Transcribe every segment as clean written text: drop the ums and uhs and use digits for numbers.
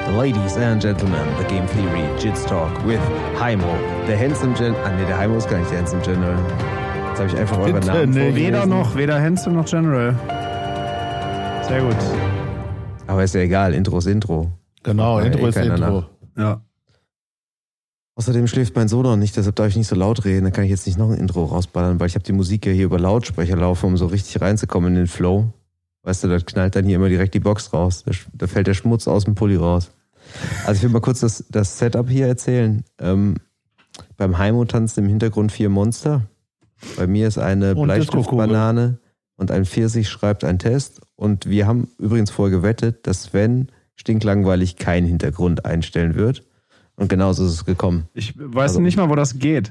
Ladies and Gentlemen, the Game Theory Jits Talk with Heimo, der Handsome General. Der Heimo ist gar nicht der Handsome General. Jetzt habe ich einfach eure Namen vorgelesen. Weder Handsome noch General. Sehr gut. Aber ist ja egal, Intro ist Intro. Genau, Intro ist Intro. Ja. Außerdem schläft mein Sohn noch nicht, deshalb darf ich nicht so laut reden. Dann kann ich jetzt nicht noch ein Intro rausballern, weil ich habe die Musik ja hier über Lautsprecher laufen, um so richtig reinzukommen in den Flow. Weißt du, da knallt dann hier immer direkt die Box raus. Da fällt der Schmutz aus dem Pulli raus. Also ich will mal kurz das Setup hier erzählen. Beim Heimo tanzen im Hintergrund 4 Monster. Bei mir ist eine Bleistiftbanane und ein Pfirsich schreibt einen Test. Und wir haben übrigens vorher gewettet, dass Sven stinklangweilig keinen Hintergrund einstellen wird. Und genauso ist es gekommen. Ich weiß nicht mal, wo das geht.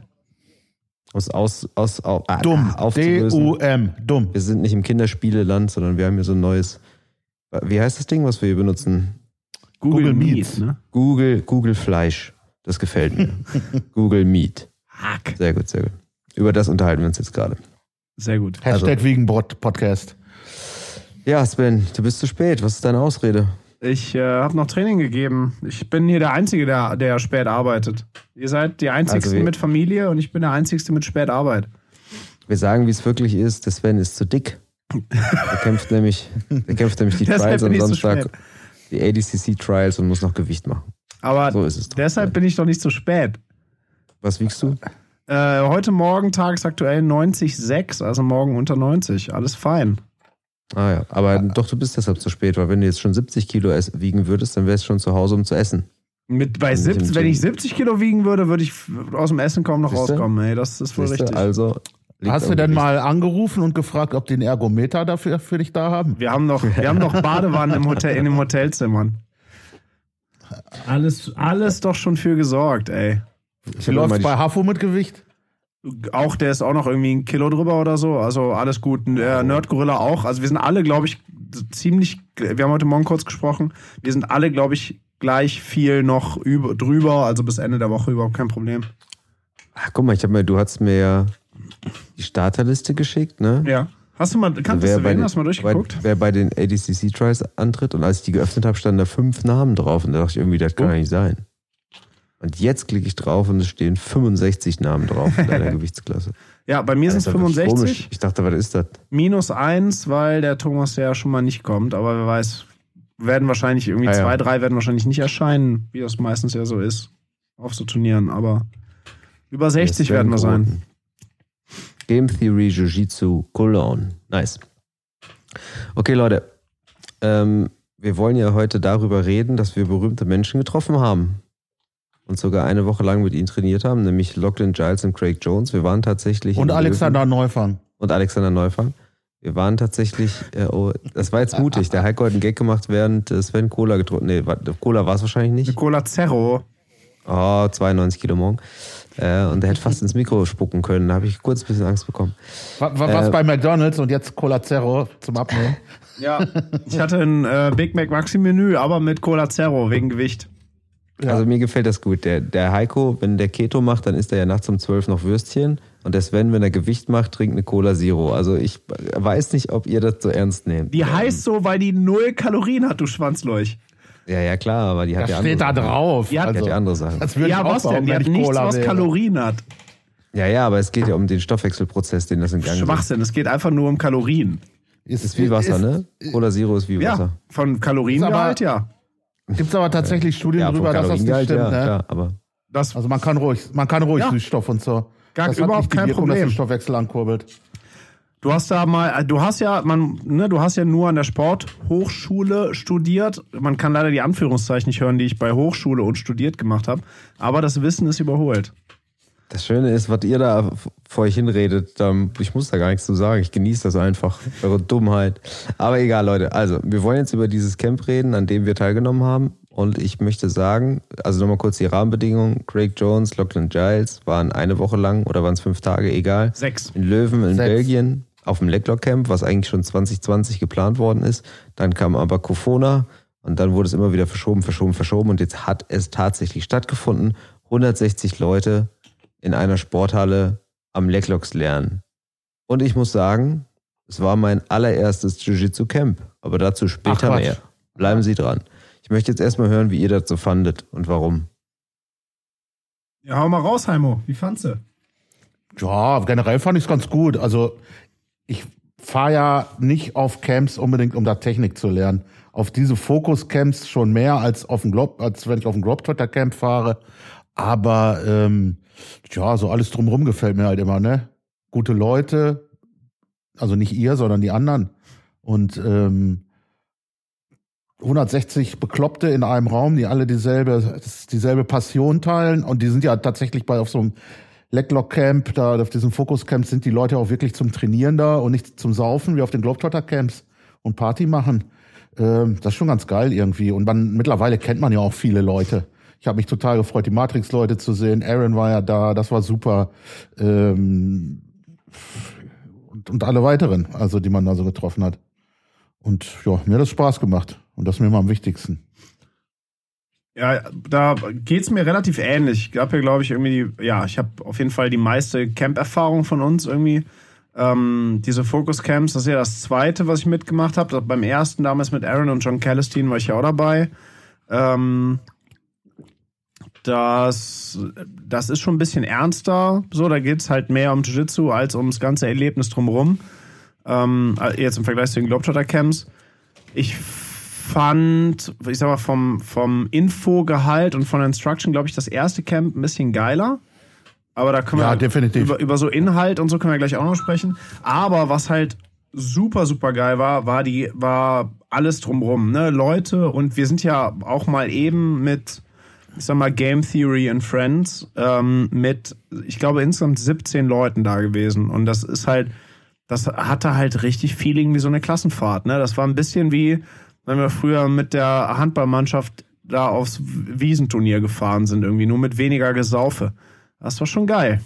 Dumm. D-U-M. Dumm. Wir sind nicht im Kinderspieleland, sondern wir haben hier so ein neues. Wie heißt das Ding, was wir hier benutzen? Google Meet, ne? Google Fleisch. Das gefällt mir. Google Meet. Hack. Sehr gut, sehr gut. Über das unterhalten wir uns jetzt gerade. Sehr gut. Hashtag Wiegenbrot Podcast. Ja, Sven, du bist zu spät. Was ist deine Ausrede? Ich habe noch Training gegeben. Ich bin hier der Einzige, der spät arbeitet. Ihr seid die Einzigsten mit Familie und ich bin der Einzigste mit Spätarbeit. Wir sagen, wie es wirklich ist. Der Sven ist zu dick. Der kämpft nämlich die Trials am Samstag. Die ADCC Trials und muss noch Gewicht machen. Aber so ist es doch. Deshalb bin ich doch nicht zu spät. Was wiegst du? Heute Morgen tagesaktuell 90,6, also morgen unter 90. Alles fein. Ah ja, aber doch, du bist deshalb zu spät, weil wenn du jetzt schon 70 Kilo wiegen würdest, dann wärst du schon zu Hause, um zu essen. Wenn ich 70 Kilo wiegen würde, würde ich aus dem Essen kaum noch rauskommen. Ey, das ist wohl richtig. Also hast du denn mal angerufen und gefragt, ob die einen Ergometer dafür für dich da haben? Wir haben noch Badewannen in den Hotelzimmern. Alles doch schon für gesorgt, ey. Wie läuft's bei Hafo mit Gewicht? Auch, der ist auch noch irgendwie 1 Kilo drüber oder so. Also alles gut. Nerdgorilla auch. Also wir sind alle, glaube ich, wir haben heute Morgen kurz gesprochen, wir sind alle, glaube ich, gleich viel noch drüber. Also bis Ende der Woche überhaupt kein Problem. Ach, guck mal, du hast mir ja die Starterliste geschickt, ne? Ja. Hast du mal durchgeguckt? Wer bei den ADCC Trials antritt, und als ich die geöffnet habe, standen da 5 Namen drauf und da dachte ich irgendwie, das kann ja nicht sein. Und jetzt klicke ich drauf und es stehen 65 Namen drauf in deiner Gewichtsklasse. Ja, bei mir sind es 65. Ich dachte, was ist das? -1, weil der Thomas ja schon mal nicht kommt, aber wer weiß, werden wahrscheinlich irgendwie 2, 3 werden wahrscheinlich nicht erscheinen, wie das meistens ja so ist, auf so Turnieren, aber über 60 werden wir sein. Game Theory Jiu-Jitsu Cologne. Nice. Okay, Leute. Wir wollen ja heute darüber reden, dass wir berühmte Menschen getroffen haben. Und sogar eine Woche lang mit ihnen trainiert haben, nämlich Lachlan Giles und Craig Jones. Wir waren tatsächlich... Und Alexander Neufang. Wir waren tatsächlich... das war jetzt mutig. Der Heiko hat einen Gag gemacht, während Sven Cola getrunken... Nee, Cola war es wahrscheinlich nicht. Eine Cola Zero. 92 Kilo morgen. Und der hätte fast ins Mikro spucken können. Da habe ich kurz ein bisschen Angst bekommen. Was bei McDonald's und jetzt Cola Zero zum Abnehmen? Ja, ich hatte ein Big Mac Maxi-Menü, aber mit Cola Zero wegen Gewicht. Ja. Also mir gefällt das gut. Der Heiko, wenn der Keto macht, dann isst er ja nachts um 12 noch Würstchen. Und der Sven, wenn er Gewicht macht, trinkt eine Cola Zero. Also ich weiß nicht, ob ihr das so ernst nehmt. Die heißt so, weil die 0 Kalorien hat, du Schwanzleuch. Ja, klar, aber die hat ja andere Sachen. Das steht da drauf. Die hat ja andere Sachen. Ja, was denn? Die hat nichts, was Kalorien hat. Ja, aber es geht ja um den Stoffwechselprozess, den das in Gang setzt. Schwachsinn, es geht einfach nur um Kalorien. Ist wie Wasser, ne? Cola Zero ist wie Wasser. Ja, von Kaloriengehalt, ja. Gibt es aber tatsächlich Studien darüber, dass das nicht stimmt, ja, ne? Klar, aber also man kann ruhig Süßstoff und so. Das überhaupt kein Problem, dass der Stoffwechsel ankurbelt. Du hast ja nur an der Sporthochschule studiert. Man kann leider die Anführungszeichen nicht hören, die ich bei Hochschule und studiert gemacht habe. Aber das Wissen ist überholt. Das Schöne ist, was ihr da vor euch hinredet, ich muss da gar nichts zu sagen. Ich genieße das einfach, eure Dummheit. Aber egal, Leute. Also, wir wollen jetzt über dieses Camp reden, an dem wir teilgenommen haben. Und ich möchte sagen, also nochmal kurz die Rahmenbedingungen. Craig Jones, Lachlan Giles waren eine Woche lang, oder waren es 5 Tage, egal. 6. In Löwen, in Belgien, auf dem Lecklock Camp, was eigentlich schon 2020 geplant worden ist. Dann kam aber Kofona und dann wurde es immer wieder verschoben. Und jetzt hat es tatsächlich stattgefunden. 160 Leute in einer Sporthalle am Lecklocks lernen. Und ich muss sagen, es war mein allererstes Jiu-Jitsu-Camp. Aber dazu später mehr. Bleiben Sie dran. Ich möchte jetzt erstmal hören, wie ihr das so fandet und warum. Ja, hau mal raus, Heimo. Wie fandst du? Ja, generell fand ich es ganz gut. Also ich fahre ja nicht auf Camps unbedingt, um da Technik zu lernen. Auf diese Fokus-Camps schon mehr als als wenn ich auf ein Globetrotter-Camp fahre. Aber ja, so alles drumherum gefällt mir halt immer, ne? Gute Leute, also nicht ihr, sondern die anderen. Und 160 Bekloppte in einem Raum, die alle dieselbe Passion teilen. Und die sind ja tatsächlich auf so einem Leglock-Camp, da auf diesem Fokus-Camp sind die Leute auch wirklich zum Trainieren da und nicht zum Saufen, wie auf den Globetrotter-Camps und Party machen. Das ist schon ganz geil irgendwie. Und mittlerweile kennt man ja auch viele Leute. Ich habe mich total gefreut, die Matrix-Leute zu sehen. Aaron war ja da, das war super. Und alle weiteren, also die man da so getroffen hat. Und ja, mir hat das Spaß gemacht. Und das ist mir immer am wichtigsten. Ja, da geht's mir relativ ähnlich. Ich habe ja, glaube ich, irgendwie, ich habe auf jeden Fall die meiste Camp-Erfahrung von uns irgendwie. Diese Focus-Camps, das ist ja das zweite, was ich mitgemacht habe. Beim ersten damals mit Aaron und John Callistine war ich ja auch dabei. Das ist schon ein bisschen ernster. So, da geht's halt mehr um Jiu-Jitsu als ums ganze Erlebnis drumherum. Jetzt im Vergleich zu den Globetrotter-Camps. Ich fand, ich sag mal, vom Infogehalt und von der Instruction, glaube ich, das erste Camp ein bisschen geiler. Aber da können wir definitiv. Über so Inhalt und so können wir gleich auch noch sprechen. Aber was halt super, super geil war alles drumrum, ne? Leute, und wir sind ja auch mal eben mit, ich sag mal, Game Theory and Friends, mit, ich glaube, insgesamt 17 Leuten da gewesen. Und das hatte halt richtig Feeling wie so eine Klassenfahrt, ne? Das war ein bisschen wie, wenn wir früher mit der Handballmannschaft da aufs Wiesenturnier gefahren sind, irgendwie nur mit weniger Gesaufe. Das war schon geil.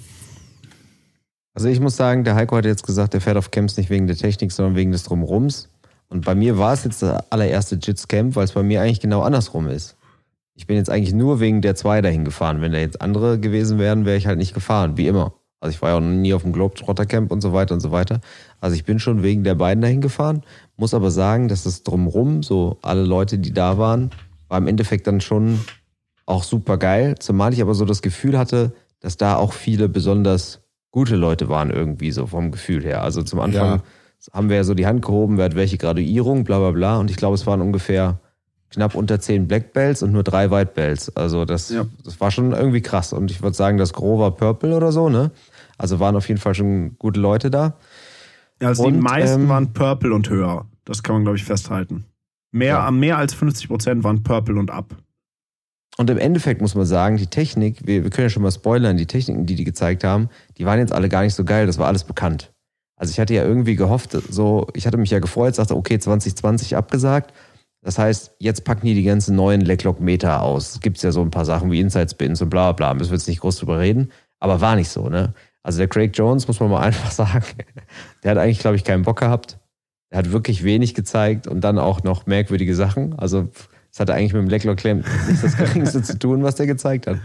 Also ich muss sagen, der Heiko hat jetzt gesagt, er fährt auf Camps nicht wegen der Technik, sondern wegen des Drumrums. Und bei mir war es jetzt das allererste Jits-Camp, weil es bei mir eigentlich genau andersrum ist. Ich bin jetzt eigentlich nur wegen der zwei dahin gefahren. Wenn da jetzt andere gewesen wären, wäre ich halt nicht gefahren, wie immer. Also ich war ja auch noch nie auf dem Globetrotter-Camp und so weiter und so weiter. Also ich bin schon wegen der beiden dahin gefahren, muss aber sagen, dass das Drumrum, so alle Leute, die da waren, war im Endeffekt dann schon auch super geil. Zumal ich aber so das Gefühl hatte, dass da auch viele besonders gute Leute waren irgendwie so vom Gefühl her. Also zum Anfang haben wir ja so die Hand gehoben, wer hat welche Graduierung, bla bla bla. Und ich glaube, es waren ungefähr knapp unter 10 Black Belts und nur 3 White Belts. Also das war schon irgendwie krass. Und ich würde sagen, das Gros war Purple oder so, ne? Also waren auf jeden Fall schon gute Leute da. Ja, also die meisten waren Purple und höher. Das kann man, glaube ich, festhalten. Mehr als 50% waren Purple und up. Und im Endeffekt muss man sagen, die Technik, wir können ja schon mal spoilern, die Techniken, die gezeigt haben, die waren jetzt alle gar nicht so geil, das war alles bekannt. Also ich hatte ja irgendwie gehofft, ich hatte mich ja gefreut, sagte, okay, 2020 abgesagt. Das heißt, jetzt packen die ganzen neuen Leglock-Meter aus. Es gibt ja so ein paar Sachen wie Inside-Spins und bla bla, müssen wir jetzt nicht groß drüber reden. Aber war nicht so, ne? Also der Craig Jones, muss man mal einfach sagen, der hat eigentlich, glaube ich, keinen Bock gehabt. Der hat wirklich wenig gezeigt und dann auch noch merkwürdige Sachen. Also es hatte eigentlich mit dem Leglock-Clamp nicht das Geringste zu tun, was der gezeigt hat.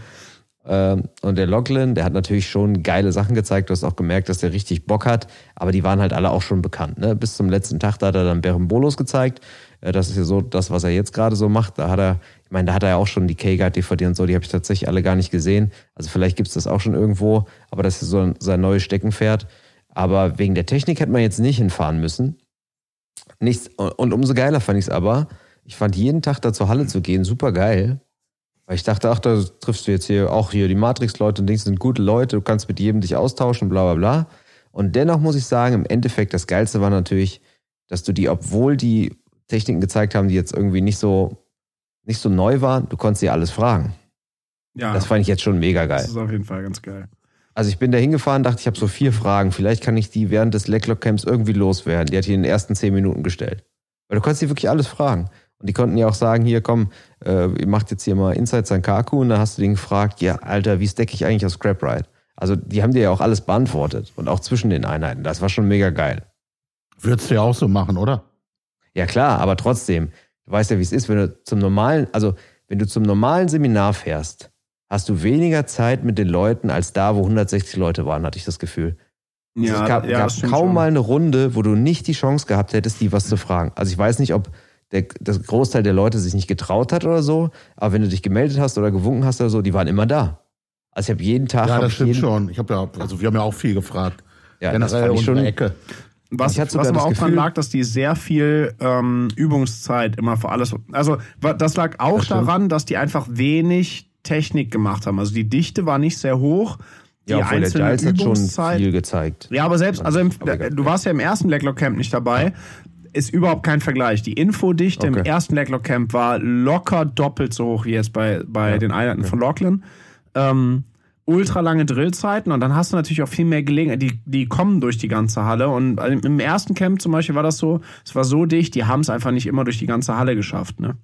Und der Lachlan, der hat natürlich schon geile Sachen gezeigt. Du hast auch gemerkt, dass der richtig Bock hat. Aber die waren halt alle auch schon bekannt. Ne? Bis zum letzten Tag, da hat er dann Berimbolos gezeigt. Das ist ja so das, was er jetzt gerade so macht. Da hat er ja auch schon die K-Guard DVD und so. Die habe ich tatsächlich alle gar nicht gesehen. Also vielleicht gibt es das auch schon irgendwo. Aber das ist so sein neues Steckenpferd. Aber wegen der Technik hätte man jetzt nicht hinfahren müssen. Nichts. Und umso geiler fand ich es aber. Ich fand jeden Tag da zur Halle zu gehen super geil. Weil ich dachte, ach, da triffst du jetzt hier die Matrix-Leute und denkst, sind gute Leute, du kannst mit jedem dich austauschen, bla bla bla. Und dennoch muss ich sagen, im Endeffekt, das Geilste war natürlich, dass du obwohl die Techniken gezeigt haben, die jetzt irgendwie nicht so neu waren, du konntest dir alles fragen. Ja. Das fand ich jetzt schon mega geil. Das ist auf jeden Fall ganz geil. Also ich bin da hingefahren, dachte, ich habe so 4 Fragen. Vielleicht kann ich die während des Leglock-Camps irgendwie loswerden. Die hat die in den ersten 10 Minuten gestellt. Weil du konntest dir wirklich alles fragen. Und die konnten ja auch sagen, hier komm, ihr macht jetzt hier mal Inside Sankaku und dann hast du den gefragt, ja Alter, wie stecke ich eigentlich auf Scrap Ride? Also die haben dir ja auch alles beantwortet und auch zwischen den Einheiten. Das war schon mega geil. Würdest du ja auch so machen, oder? Ja klar, aber trotzdem, du weißt ja, wie es ist, wenn du zum normalen Seminar fährst, hast du weniger Zeit mit den Leuten als da, wo 160 Leute waren, hatte ich das Gefühl. Ja, es gab kaum mal eine Runde, wo du nicht die Chance gehabt hättest, die was zu fragen. Also ich weiß nicht, ob das Großteil der Leute sich nicht getraut hat oder so, aber wenn du dich gemeldet hast oder gewunken hast oder so, die waren immer da. Also ich habe jeden Tag... Ja, das stimmt schon. Wir haben ja auch viel gefragt. Ja, generell unsere Ecke. Was aber auch dran lag, dass die sehr viel Übungszeit immer für alles... Also das lag auch daran, dass die einfach wenig Technik gemacht haben. Also die Dichte war nicht sehr hoch. Die einzelne der Giles Übungszeit hat schon viel gezeigt. Ja, aber selbst, also du warst ja im ersten Blacklock Camp nicht dabei, ist überhaupt kein Vergleich. Die Infodichte im ersten Blacklock Camp war locker doppelt so hoch wie jetzt bei den Einheiten von Lachlan. Ultra lange Drillzeiten und dann hast du natürlich auch viel mehr Gelegenheit. Die kommen durch die ganze Halle und im ersten Camp zum Beispiel war das so, es war so dicht, die haben es einfach nicht immer durch die ganze Halle geschafft, ne?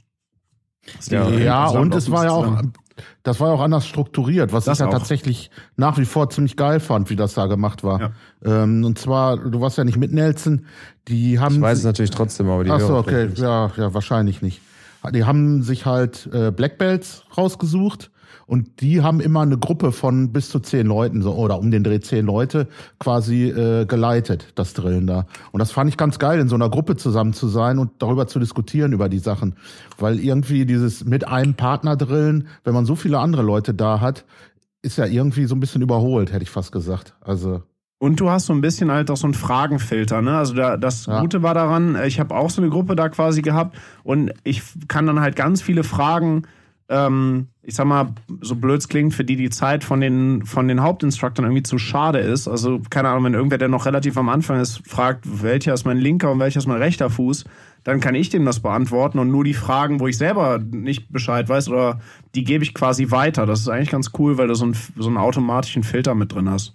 Ja, und es war ja auch, das war ja auch anders strukturiert, was ich ja tatsächlich nach wie vor ziemlich geil fand, wie das da gemacht war. Ja. Und zwar, du warst ja nicht mit Nelson, die haben... Ich weiß es natürlich trotzdem, aber die... Achso, okay, ja, wahrscheinlich nicht. Die haben sich halt Black Belts rausgesucht und die haben immer eine Gruppe von bis zu 10 Leuten so, oder um den Dreh 10 Leute quasi geleitet, das Drillen da. Und das fand ich ganz geil, in so einer Gruppe zusammen zu sein und darüber zu diskutieren über die Sachen. Weil irgendwie dieses mit einem Partner drillen, wenn man so viele andere Leute da hat, ist ja irgendwie so ein bisschen überholt, hätte ich fast gesagt. Also... Und du hast so ein bisschen halt auch so einen Fragenfilter, ne? Also das Gute war daran, ich habe auch so eine Gruppe da quasi gehabt und ich kann dann halt ganz viele Fragen, ich sag mal, so blöd es klingt, für die Zeit von den Hauptinstructoren irgendwie zu schade ist. Also keine Ahnung, wenn irgendwer, der noch relativ am Anfang ist, fragt, welcher ist mein linker und welcher ist mein rechter Fuß, dann kann ich dem das beantworten und nur die Fragen, wo ich selber nicht Bescheid weiß, oder die gebe ich quasi weiter. Das ist eigentlich ganz cool, weil du so einen automatischen Filter mit drin hast.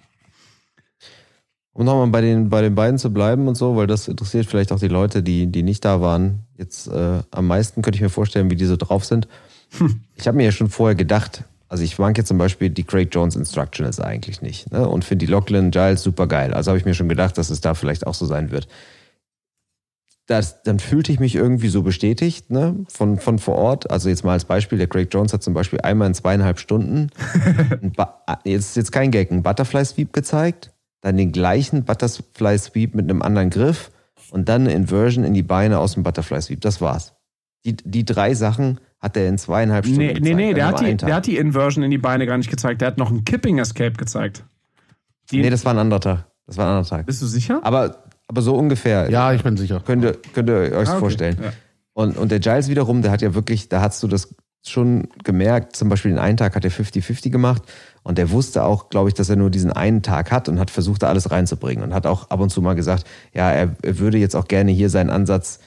Um nochmal bei den beiden zu bleiben und so, weil das interessiert vielleicht auch die Leute, die nicht da waren. Jetzt am meisten könnte ich mir vorstellen, wie die so drauf sind. Ich habe mir ja schon vorher gedacht, also ich mag jetzt zum Beispiel die Craig Jones Instructionals eigentlich nicht, ne? Und finde die Lachlan Giles super geil. Also habe ich mir schon gedacht, dass es da vielleicht auch so sein wird. Dann fühlte ich mich irgendwie so bestätigt, ne? Von vor Ort. Also jetzt mal als Beispiel, der Craig Jones hat zum Beispiel einmal in 2,5 Stunden, jetzt kein Gag, einen Butterfly Sweep gezeigt, dann den gleichen Butterfly Sweep mit einem anderen Griff und dann eine Inversion in die Beine aus dem Butterfly Sweep. Das war's. Die 3 Sachen hat er in 2,5 Stunden gezeigt. Nee, der hat die Inversion in die Beine gar nicht gezeigt. Der hat noch einen Kipping Escape gezeigt. Das war ein anderer Tag. Bist du sicher? Aber so ungefähr. Ja, ich bin sicher. Könnt ihr euch vorstellen. Ja. Und der Giles wiederum, der hat ja wirklich, da hast du das schon gemerkt, zum Beispiel den einen Tag hat er 50-50 gemacht und der wusste auch, glaube ich, dass er nur diesen einen Tag hat und hat versucht, da alles reinzubringen und hat auch ab und zu mal gesagt, ja, er würde jetzt auch gerne hier seinen Ansatz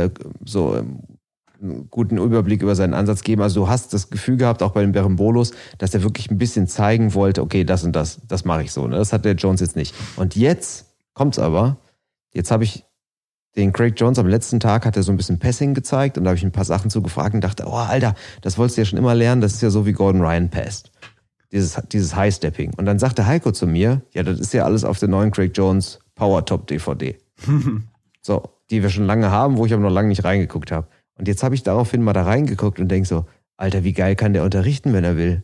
einen guten Überblick über seinen Ansatz geben. Also du hast das Gefühl gehabt, auch bei den Berimbolos, dass er wirklich ein bisschen zeigen wollte, okay, das und das mache ich so. Ne? Das hat der Jones jetzt nicht. Und jetzt kommt's aber, jetzt habe ich den Craig Jones am letzten Tag, hat er so ein bisschen Passing gezeigt und da habe ich ein paar Sachen zugefragt und dachte, oh Alter, das wolltest du ja schon immer lernen, das ist ja so wie Gordon Ryan passt. Dieses High-Stepping. Und dann sagte Heiko zu mir, ja, das ist ja alles auf der neuen Craig Jones Power Top DVD. So, die wir schon lange haben, wo ich aber noch lange nicht reingeguckt habe. Und jetzt habe ich daraufhin mal da reingeguckt und denke so, Alter, wie geil kann der unterrichten, wenn er will?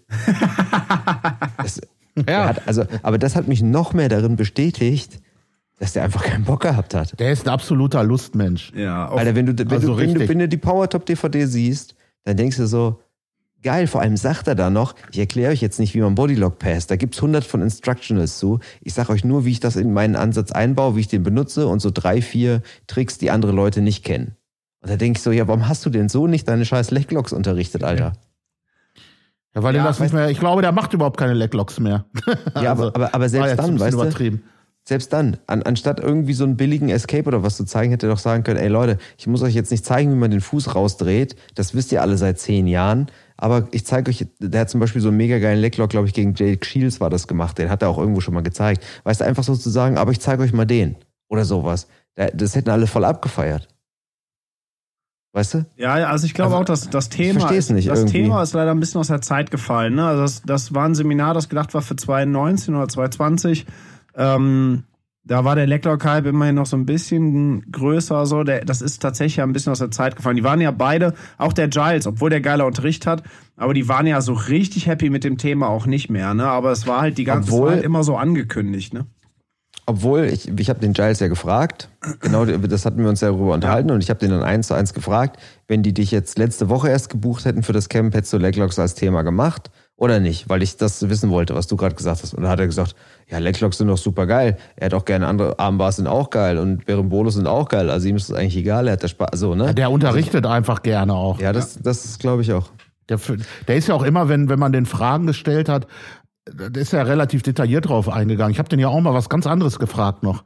Aber das hat mich noch mehr darin bestätigt, dass der einfach keinen Bock gehabt hat. Der ist ein absoluter Lustmensch. Ja, Alter, wenn du die Power Top DVD siehst, dann denkst du so, geil, vor allem sagt er da noch, ich erkläre euch jetzt nicht, wie man Bodylock passt, da gibt's 100 von Instructionals zu. Ich sage euch nur, wie ich das in meinen Ansatz einbaue, wie ich den benutze und so 3, 4 Tricks, die andere Leute nicht kennen. Und da denke ich so, ja, warum hast du denn so nicht deine scheiß Leglocks unterrichtet, Alter? Ja, weil das nicht mehr, ich glaube, der macht überhaupt keine Leglocks mehr. Ja, also, aber selbst dann, weißt du, selbst dann, anstatt irgendwie so einen billigen Escape oder was zu zeigen, hätte er doch sagen können, ey Leute, ich muss euch jetzt nicht zeigen, wie man den Fuß rausdreht, das wisst ihr alle seit 10 Jahren, aber ich zeige euch, der hat zum Beispiel so einen mega geilen Leglock, glaube ich, gegen Jake Shields war das gemacht, den hat er auch irgendwo schon mal gezeigt. Weißt du, einfach so zu sagen, aber ich zeige euch mal den oder sowas. Das hätten alle voll abgefeiert. Weißt du? Ja, also ich glaube auch, dass das Thema ist leider ein bisschen aus der Zeit gefallen. Ne? Also das war ein Seminar, das gedacht war für 2019 oder 2020. Da war der Leglock-Hype immerhin noch so ein bisschen größer. So. Das ist tatsächlich ein bisschen aus der Zeit gefallen. Die waren ja beide, auch der Giles, obwohl der geiler Unterricht hat, aber die waren ja so richtig happy mit dem Thema auch nicht mehr. Ne? Aber es war halt es war halt immer so angekündigt. Ne? Obwohl, ich habe den Giles ja gefragt, genau, das hatten wir uns ja darüber unterhalten und ich habe den dann 1:1 gefragt, wenn die dich jetzt letzte Woche erst gebucht hätten für das Camp, hättest du Leglocks als Thema gemacht oder nicht? Weil ich das wissen wollte, was du gerade gesagt hast. Und da hat er gesagt, ja, Leglocks sind doch super geil. Er hat auch gerne andere, Armbars sind auch geil und Berimbolos sind auch geil. Also ihm ist es eigentlich egal, er hat da Spaß, so, ne? Ja, der unterrichtet einfach gerne auch. Ja, das glaube ich auch. Der ist ja auch immer, wenn man den Fragen gestellt hat, da ist ja relativ detailliert drauf eingegangen. Ich habe den ja auch mal was ganz anderes gefragt noch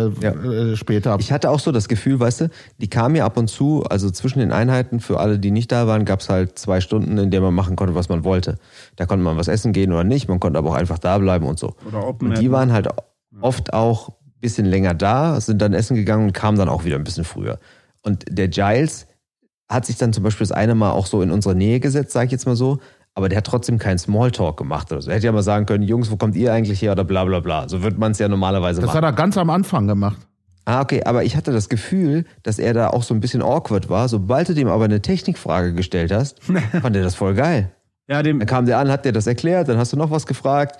später. Ich hatte auch so das Gefühl, weißt du, die kamen ja ab und zu, also zwischen den Einheiten, für alle, die nicht da waren, gab es halt 2 Stunden, in denen man machen konnte, was man wollte. Da konnte man was essen gehen oder nicht, man konnte aber auch einfach da bleiben und so. Oder Open und die waren halt oft auch ein bisschen länger da, sind dann essen gegangen und kamen dann auch wieder ein bisschen früher. Und der Giles hat sich dann zum Beispiel das eine Mal auch so in unsere Nähe gesetzt, sag ich jetzt mal so, aber der hat trotzdem keinen Smalltalk gemacht oder so. Er hätte ja mal sagen können, Jungs, wo kommt ihr eigentlich her oder bla bla bla. So wird man es ja normalerweise machen. Das hat er ganz am Anfang gemacht. Ah, okay, aber ich hatte das Gefühl, dass er da auch so ein bisschen awkward war. Sobald du dem aber eine Technikfrage gestellt hast, fand er das voll geil. Ja, Dann kam der an, hat dir das erklärt, dann hast du noch was gefragt,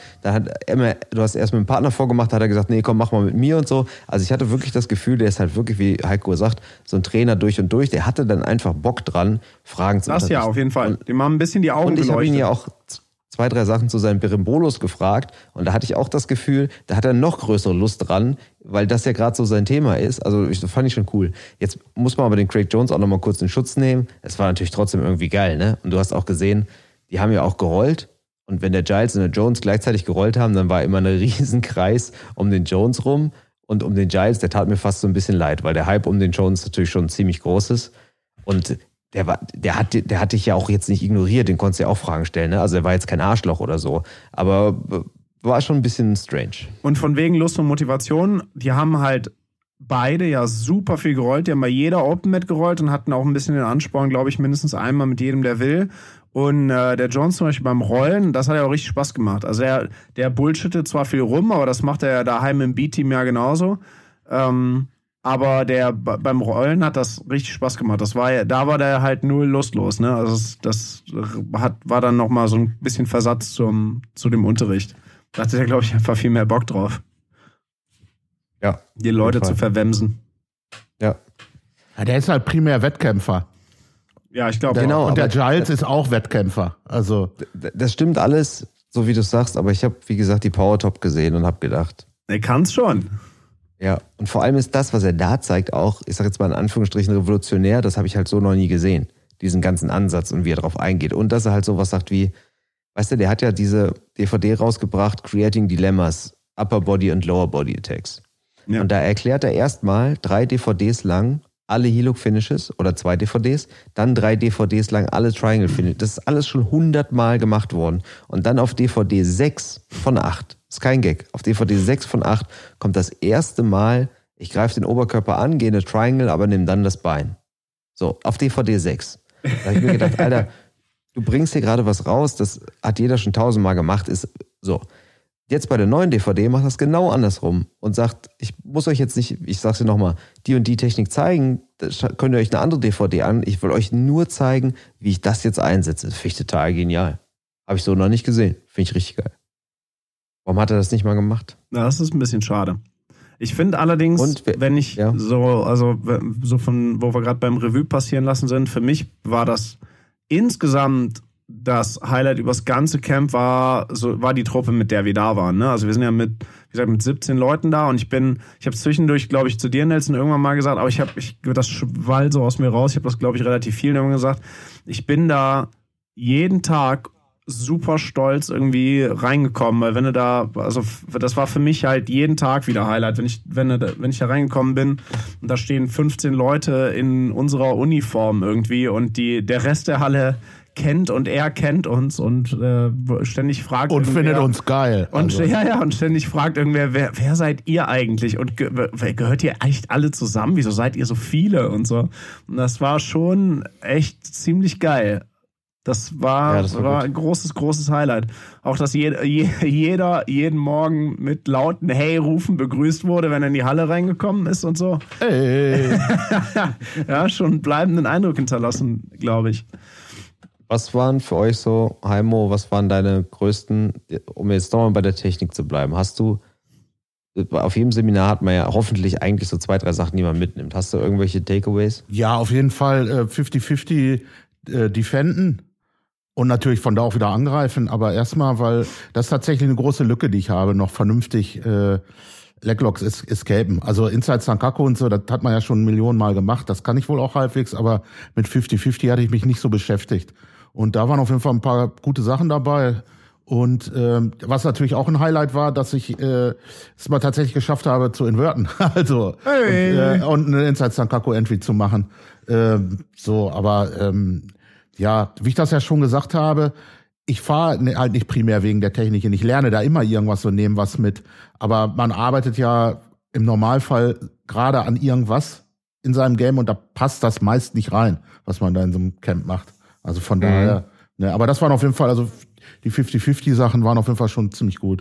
du hast erst mit dem Partner vorgemacht, hat er gesagt, nee, komm, mach mal mit mir und so. Also ich hatte wirklich das Gefühl, der ist halt wirklich, wie Heiko sagt, so ein Trainer durch und durch, der hatte dann einfach Bock dran, Fragen zu stellen. Das ja, auf jeden Fall. Dem haben ein bisschen die Augen Und ich habe ihn geleuchtet. ja auch 2, 3 Sachen zu seinen Berimbolos gefragt und da hatte ich auch das Gefühl, da hat er noch größere Lust dran, weil das ja gerade so sein Thema ist. Also das fand ich schon cool. Jetzt muss man aber den Craig Jones auch nochmal kurz in Schutz nehmen. Es war natürlich trotzdem irgendwie geil, ne? Und du hast auch gesehen, die haben ja auch gerollt und wenn der Giles und der Jones gleichzeitig gerollt haben, dann war immer ein riesen Kreis um den Jones rum und um den Giles, der tat mir fast so ein bisschen leid, weil der Hype um den Jones natürlich schon ziemlich groß ist und der hat dich ja auch jetzt nicht ignoriert, den konntest du ja auch Fragen stellen, ne? Also er war jetzt kein Arschloch oder so, aber war schon ein bisschen strange. Und von wegen Lust und Motivation, die haben halt beide ja super viel gerollt. Die haben bei jeder Open Mat gerollt und hatten auch ein bisschen den Ansporn, glaube ich, mindestens einmal mit jedem, der will. Und der Jones zum Beispiel beim Rollen, das hat ja auch richtig Spaß gemacht. Also der bullshittet zwar viel rum, aber das macht er ja daheim im B-Team ja genauso. Aber beim Rollen hat das richtig Spaß gemacht. Da war der halt null lustlos, ne? Also das war dann nochmal so ein bisschen Versatz zu dem Unterricht. Da hatte der, glaube ich, einfach viel mehr Bock drauf. Ja. Die Leute zu verwemsen. Ja. Ja, der ist halt primär Wettkämpfer. Ja, ich glaube Genau. auch. Und der Giles ist auch Wettkämpfer. Also Das stimmt alles, so wie du es sagst, aber ich habe, wie gesagt, die Power Top gesehen und habe gedacht. Er kann's schon. Ja, und vor allem ist das, was er da zeigt, auch, ich sag jetzt mal in Anführungsstrichen revolutionär, das habe ich halt so noch nie gesehen. Diesen ganzen Ansatz und wie er drauf eingeht. Und dass er halt sowas sagt wie, weißt du, der hat ja diese DVD rausgebracht, Creating Dilemmas, Upper Body und Lower Body Attacks. Ja. Und da erklärt er erstmal 3 DVDs lang alle Helix-Finishes oder 2 DVDs, dann 3 DVDs lang alle Triangle-Finishes. Das ist alles schon 100-mal gemacht worden. Und dann auf DVD 6 von 8, ist kein Gag, auf DVD 6 von 8 kommt das erste Mal, ich greife den Oberkörper an, gehe eine Triangle, aber nimm dann das Bein. So, auf DVD 6. Da habe ich mir gedacht, Alter, du bringst hier gerade was raus, das hat jeder schon 1000-mal gemacht, ist so. Jetzt bei der neuen DVD macht das genau andersrum und sagt, ich muss euch jetzt nicht, ich sag's dir nochmal, die und die Technik zeigen, könnt ihr euch eine andere DVD an, ich will euch nur zeigen, wie ich das jetzt einsetze. Das finde ich total genial. Habe ich so noch nicht gesehen. Finde ich richtig geil. Warum hat er das nicht mal gemacht? Ja, das ist ein bisschen schade. Ich finde allerdings, wenn ich so von, wo wir gerade beim Revue passieren lassen sind, für mich war das insgesamt das Highlight übers ganze Camp war die Truppe, mit der wir da waren. Ne? Also wir sind ja mit 17 Leuten da und ich habe zwischendurch, glaube ich, zu dir, Nelson, irgendwann mal gesagt, aber das schwall so aus mir raus, ich habe das, glaube ich, relativ viel irgendwann gesagt, ich bin da jeden Tag super stolz irgendwie reingekommen, weil wenn du da, also das war für mich halt jeden Tag wieder Highlight, wenn ich da reingekommen bin und da stehen 15 Leute in unserer Uniform irgendwie und der Rest der Halle kennt und er kennt uns und ständig fragt und findet uns geil. Und und ständig fragt irgendwer, wer seid ihr eigentlich und gehört ihr echt alle zusammen? Wieso seid ihr so viele und so? Und das war schon echt ziemlich geil. Das war ein großes Highlight. Auch, dass jeder jeden Morgen mit lauten Hey-Rufen begrüßt wurde, wenn er in die Halle reingekommen ist und so. Hey. Ja, schon einen bleibenden Eindruck hinterlassen, glaube ich. Was waren für euch so, Heimo, was waren deine größten, um jetzt nochmal bei der Technik zu bleiben, hast du auf jedem Seminar hat man ja hoffentlich eigentlich so 2, 3 Sachen, die man mitnimmt. Hast du irgendwelche Takeaways? Ja, auf jeden Fall 50-50 defenden und natürlich von da auch wieder angreifen. Aber erstmal, weil das ist tatsächlich eine große Lücke, die ich habe, noch vernünftig Leglocks escapen. Also Inside Sankaku und so, das hat man ja schon Millionen Mal gemacht. Das kann ich wohl auch halbwegs, aber mit 50-50 hatte ich mich nicht so beschäftigt. Und da waren auf jeden Fall ein paar gute Sachen dabei. Und was natürlich auch ein Highlight war, dass ich es mal tatsächlich geschafft habe zu inverten. Also und eine Inside Sankaku Entry zu machen. Aber ja, wie ich das ja schon gesagt habe, ich fahre halt nicht primär wegen der Technik hin. Ich lerne da immer irgendwas und nehme was mit. Aber man arbeitet ja im Normalfall gerade an irgendwas in seinem Game und da passt das meist nicht rein, was man da in so einem Camp macht. Also von daher, ne, aber das waren auf jeden Fall, also die 50-50 Sachen waren auf jeden Fall schon ziemlich gut.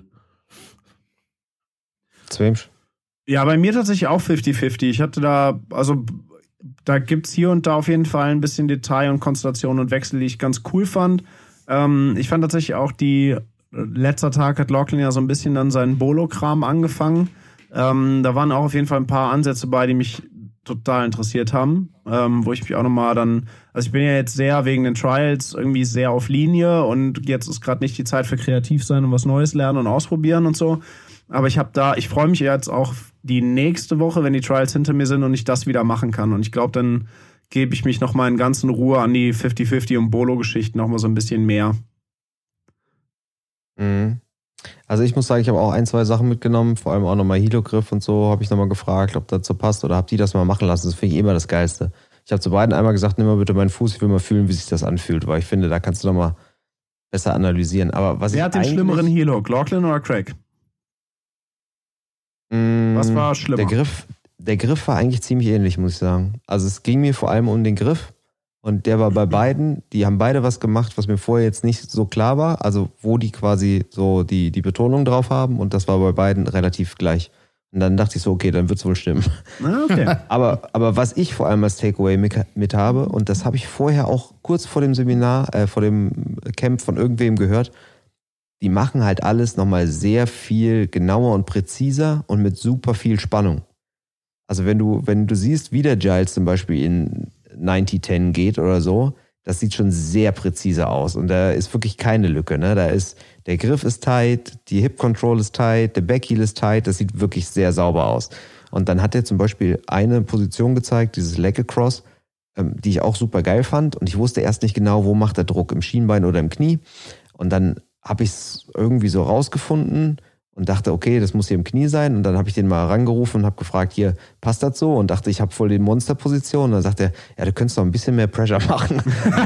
Zwemsch? Ja, bei mir tatsächlich auch 50-50. Ich hatte da gibt's hier und da auf jeden Fall ein bisschen Detail und Konstellation und Wechsel, die ich ganz cool fand. Ich fand tatsächlich auch letzter Tag hat Lachlan ja so ein bisschen dann seinen Bolo-Kram angefangen. Da waren auch auf jeden Fall ein paar Ansätze bei, die mich total interessiert haben, wo ich mich auch nochmal also ich bin ja jetzt sehr wegen den Trials irgendwie sehr auf Linie und jetzt ist gerade nicht die Zeit für kreativ sein und was Neues lernen und ausprobieren und so. Aber ich freue mich jetzt auch die nächste Woche, wenn die Trials hinter mir sind und ich das wieder machen kann. Und ich glaube, dann gebe ich mich nochmal in ganzen Ruhe an die 50-50 und Bolo-Geschichten nochmal so ein bisschen mehr. Also ich muss sagen, ich habe auch 1, 2 Sachen mitgenommen, vor allem auch nochmal Hilo-Griff und so, habe ich nochmal gefragt, ob das so passt oder habt ihr das mal machen lassen. Das finde ich immer das Geilste. Ich habe zu beiden einmal gesagt, nimm mal bitte meinen Fuß, ich will mal fühlen, wie sich das anfühlt, weil ich finde, da kannst du nochmal besser analysieren. Aber Wer hat den schlimmeren Hilo, Lachlan oder Craig? Was war schlimmer? Der Griff war eigentlich ziemlich ähnlich, muss ich sagen. Also es ging mir vor allem um den Griff und der war bei beiden, die haben beide was gemacht, was mir vorher jetzt nicht so klar war, also wo die quasi so die Betonung drauf haben und das war bei beiden relativ gleich. Und dann dachte ich so, okay, dann wird's wohl stimmen. Okay. Aber was ich vor allem als Takeaway mit habe, und das habe ich vorher auch kurz vor dem Seminar, vor dem Camp von irgendwem gehört, die machen halt alles nochmal sehr viel genauer und präziser und mit super viel Spannung. Also wenn du siehst, wie der Giles zum Beispiel in 90-10 geht oder so, das sieht schon sehr präzise aus und da ist wirklich keine Lücke. Ne? Der Griff ist tight, die Hip Control ist tight, der Backheel ist tight, das sieht wirklich sehr sauber aus. Und dann hat er zum Beispiel eine Position gezeigt, dieses Leg Across, die ich auch super geil fand und ich wusste erst nicht genau, wo macht der Druck, im Schienbein oder im Knie. Und dann habe ich es irgendwie so rausgefunden und dachte, okay, das muss hier im Knie sein. Und dann habe ich den mal rangerufen und habe gefragt, hier, passt das so? Und dachte, ich habe voll die Monsterposition. Und dann sagt er, ja, du könntest doch ein bisschen mehr Pressure machen.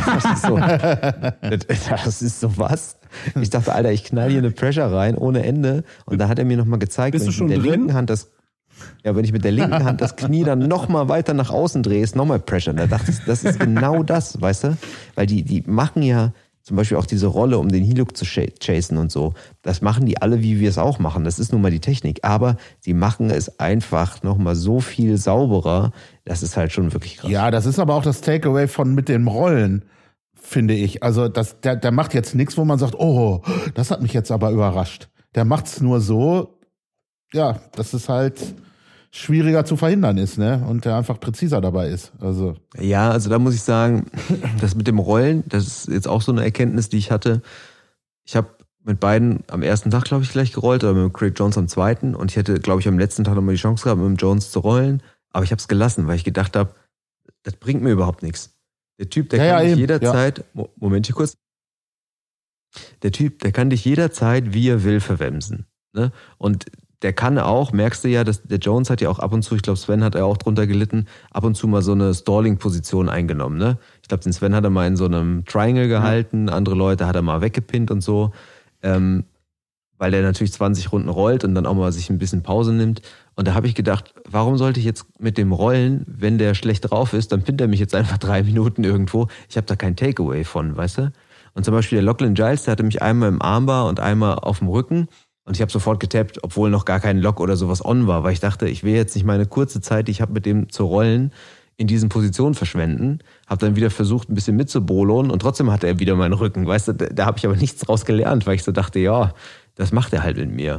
Das ist so was. Ich dachte, Alter, ich knall hier eine Pressure rein, ohne Ende. Und da hat er mir nochmal gezeigt, wenn ich mit der linken Hand das Knie dann nochmal weiter nach außen drehe, ist nochmal Pressure. Da dachte ich, das ist genau das, weißt du? Weil die machen ja zum Beispiel auch diese Rolle, um den Heel-Hook zu chasen und so. Das machen die alle, wie wir es auch machen. Das ist nun mal die Technik. Aber sie machen es einfach nochmal so viel sauberer. Das ist halt schon wirklich krass. Ja, das ist aber auch das Takeaway von mit dem Rollen, finde ich. Also der macht jetzt nichts, wo man sagt, oh, das hat mich jetzt aber überrascht. Der macht's nur so, ja, dass es halt schwieriger zu verhindern ist, ne? Und der einfach präziser dabei ist. Also. Ja, also da muss ich sagen, das mit dem Rollen, das ist jetzt auch so eine Erkenntnis, die ich hatte. Ich habe mit beiden am ersten Tag, glaube ich, gleich gerollt, oder mit Craig Jones am zweiten. Und ich hätte, glaube ich, am letzten Tag nochmal die Chance gehabt, mit dem Jones zu rollen. Aber ich habe es gelassen, weil ich gedacht habe, das bringt mir überhaupt nichts. Der Typ, der kann dich jederzeit, Moment hier kurz. Der Typ, der kann dich jederzeit, wie er will, verwemsen. Ne? Und der kann auch, merkst du ja, dass der Jones hat ja auch ab und zu, ich glaube Sven hat ja auch drunter gelitten, ab und zu mal so eine Stalling-Position eingenommen. Ne? Ich glaube, den Sven hat er mal in so einem Triangle gehalten, andere Leute hat er mal weggepinnt und so, weil der natürlich 20 Runden rollt und dann auch mal sich ein bisschen Pause nimmt. Und da habe ich gedacht, warum sollte ich jetzt mit dem Rollen, wenn der schlecht drauf ist, dann pinnt er mich jetzt einfach 3 Minuten irgendwo. Ich habe da kein Takeaway von, weißt du? Und zum Beispiel der Lachlan Giles, der hatte mich einmal im Armbar und einmal auf dem Rücken. Und ich habe sofort getappt, obwohl noch gar kein Lock oder sowas on war, weil ich dachte, ich will jetzt nicht meine kurze Zeit, die ich habe mit dem zu rollen, in diesen Positionen verschwenden. Habe dann wieder versucht, ein bisschen mitzubolonen und trotzdem hatte er wieder meinen Rücken. Weißt du, da habe ich aber nichts draus gelernt, weil ich so dachte, ja, das macht er halt mit mir.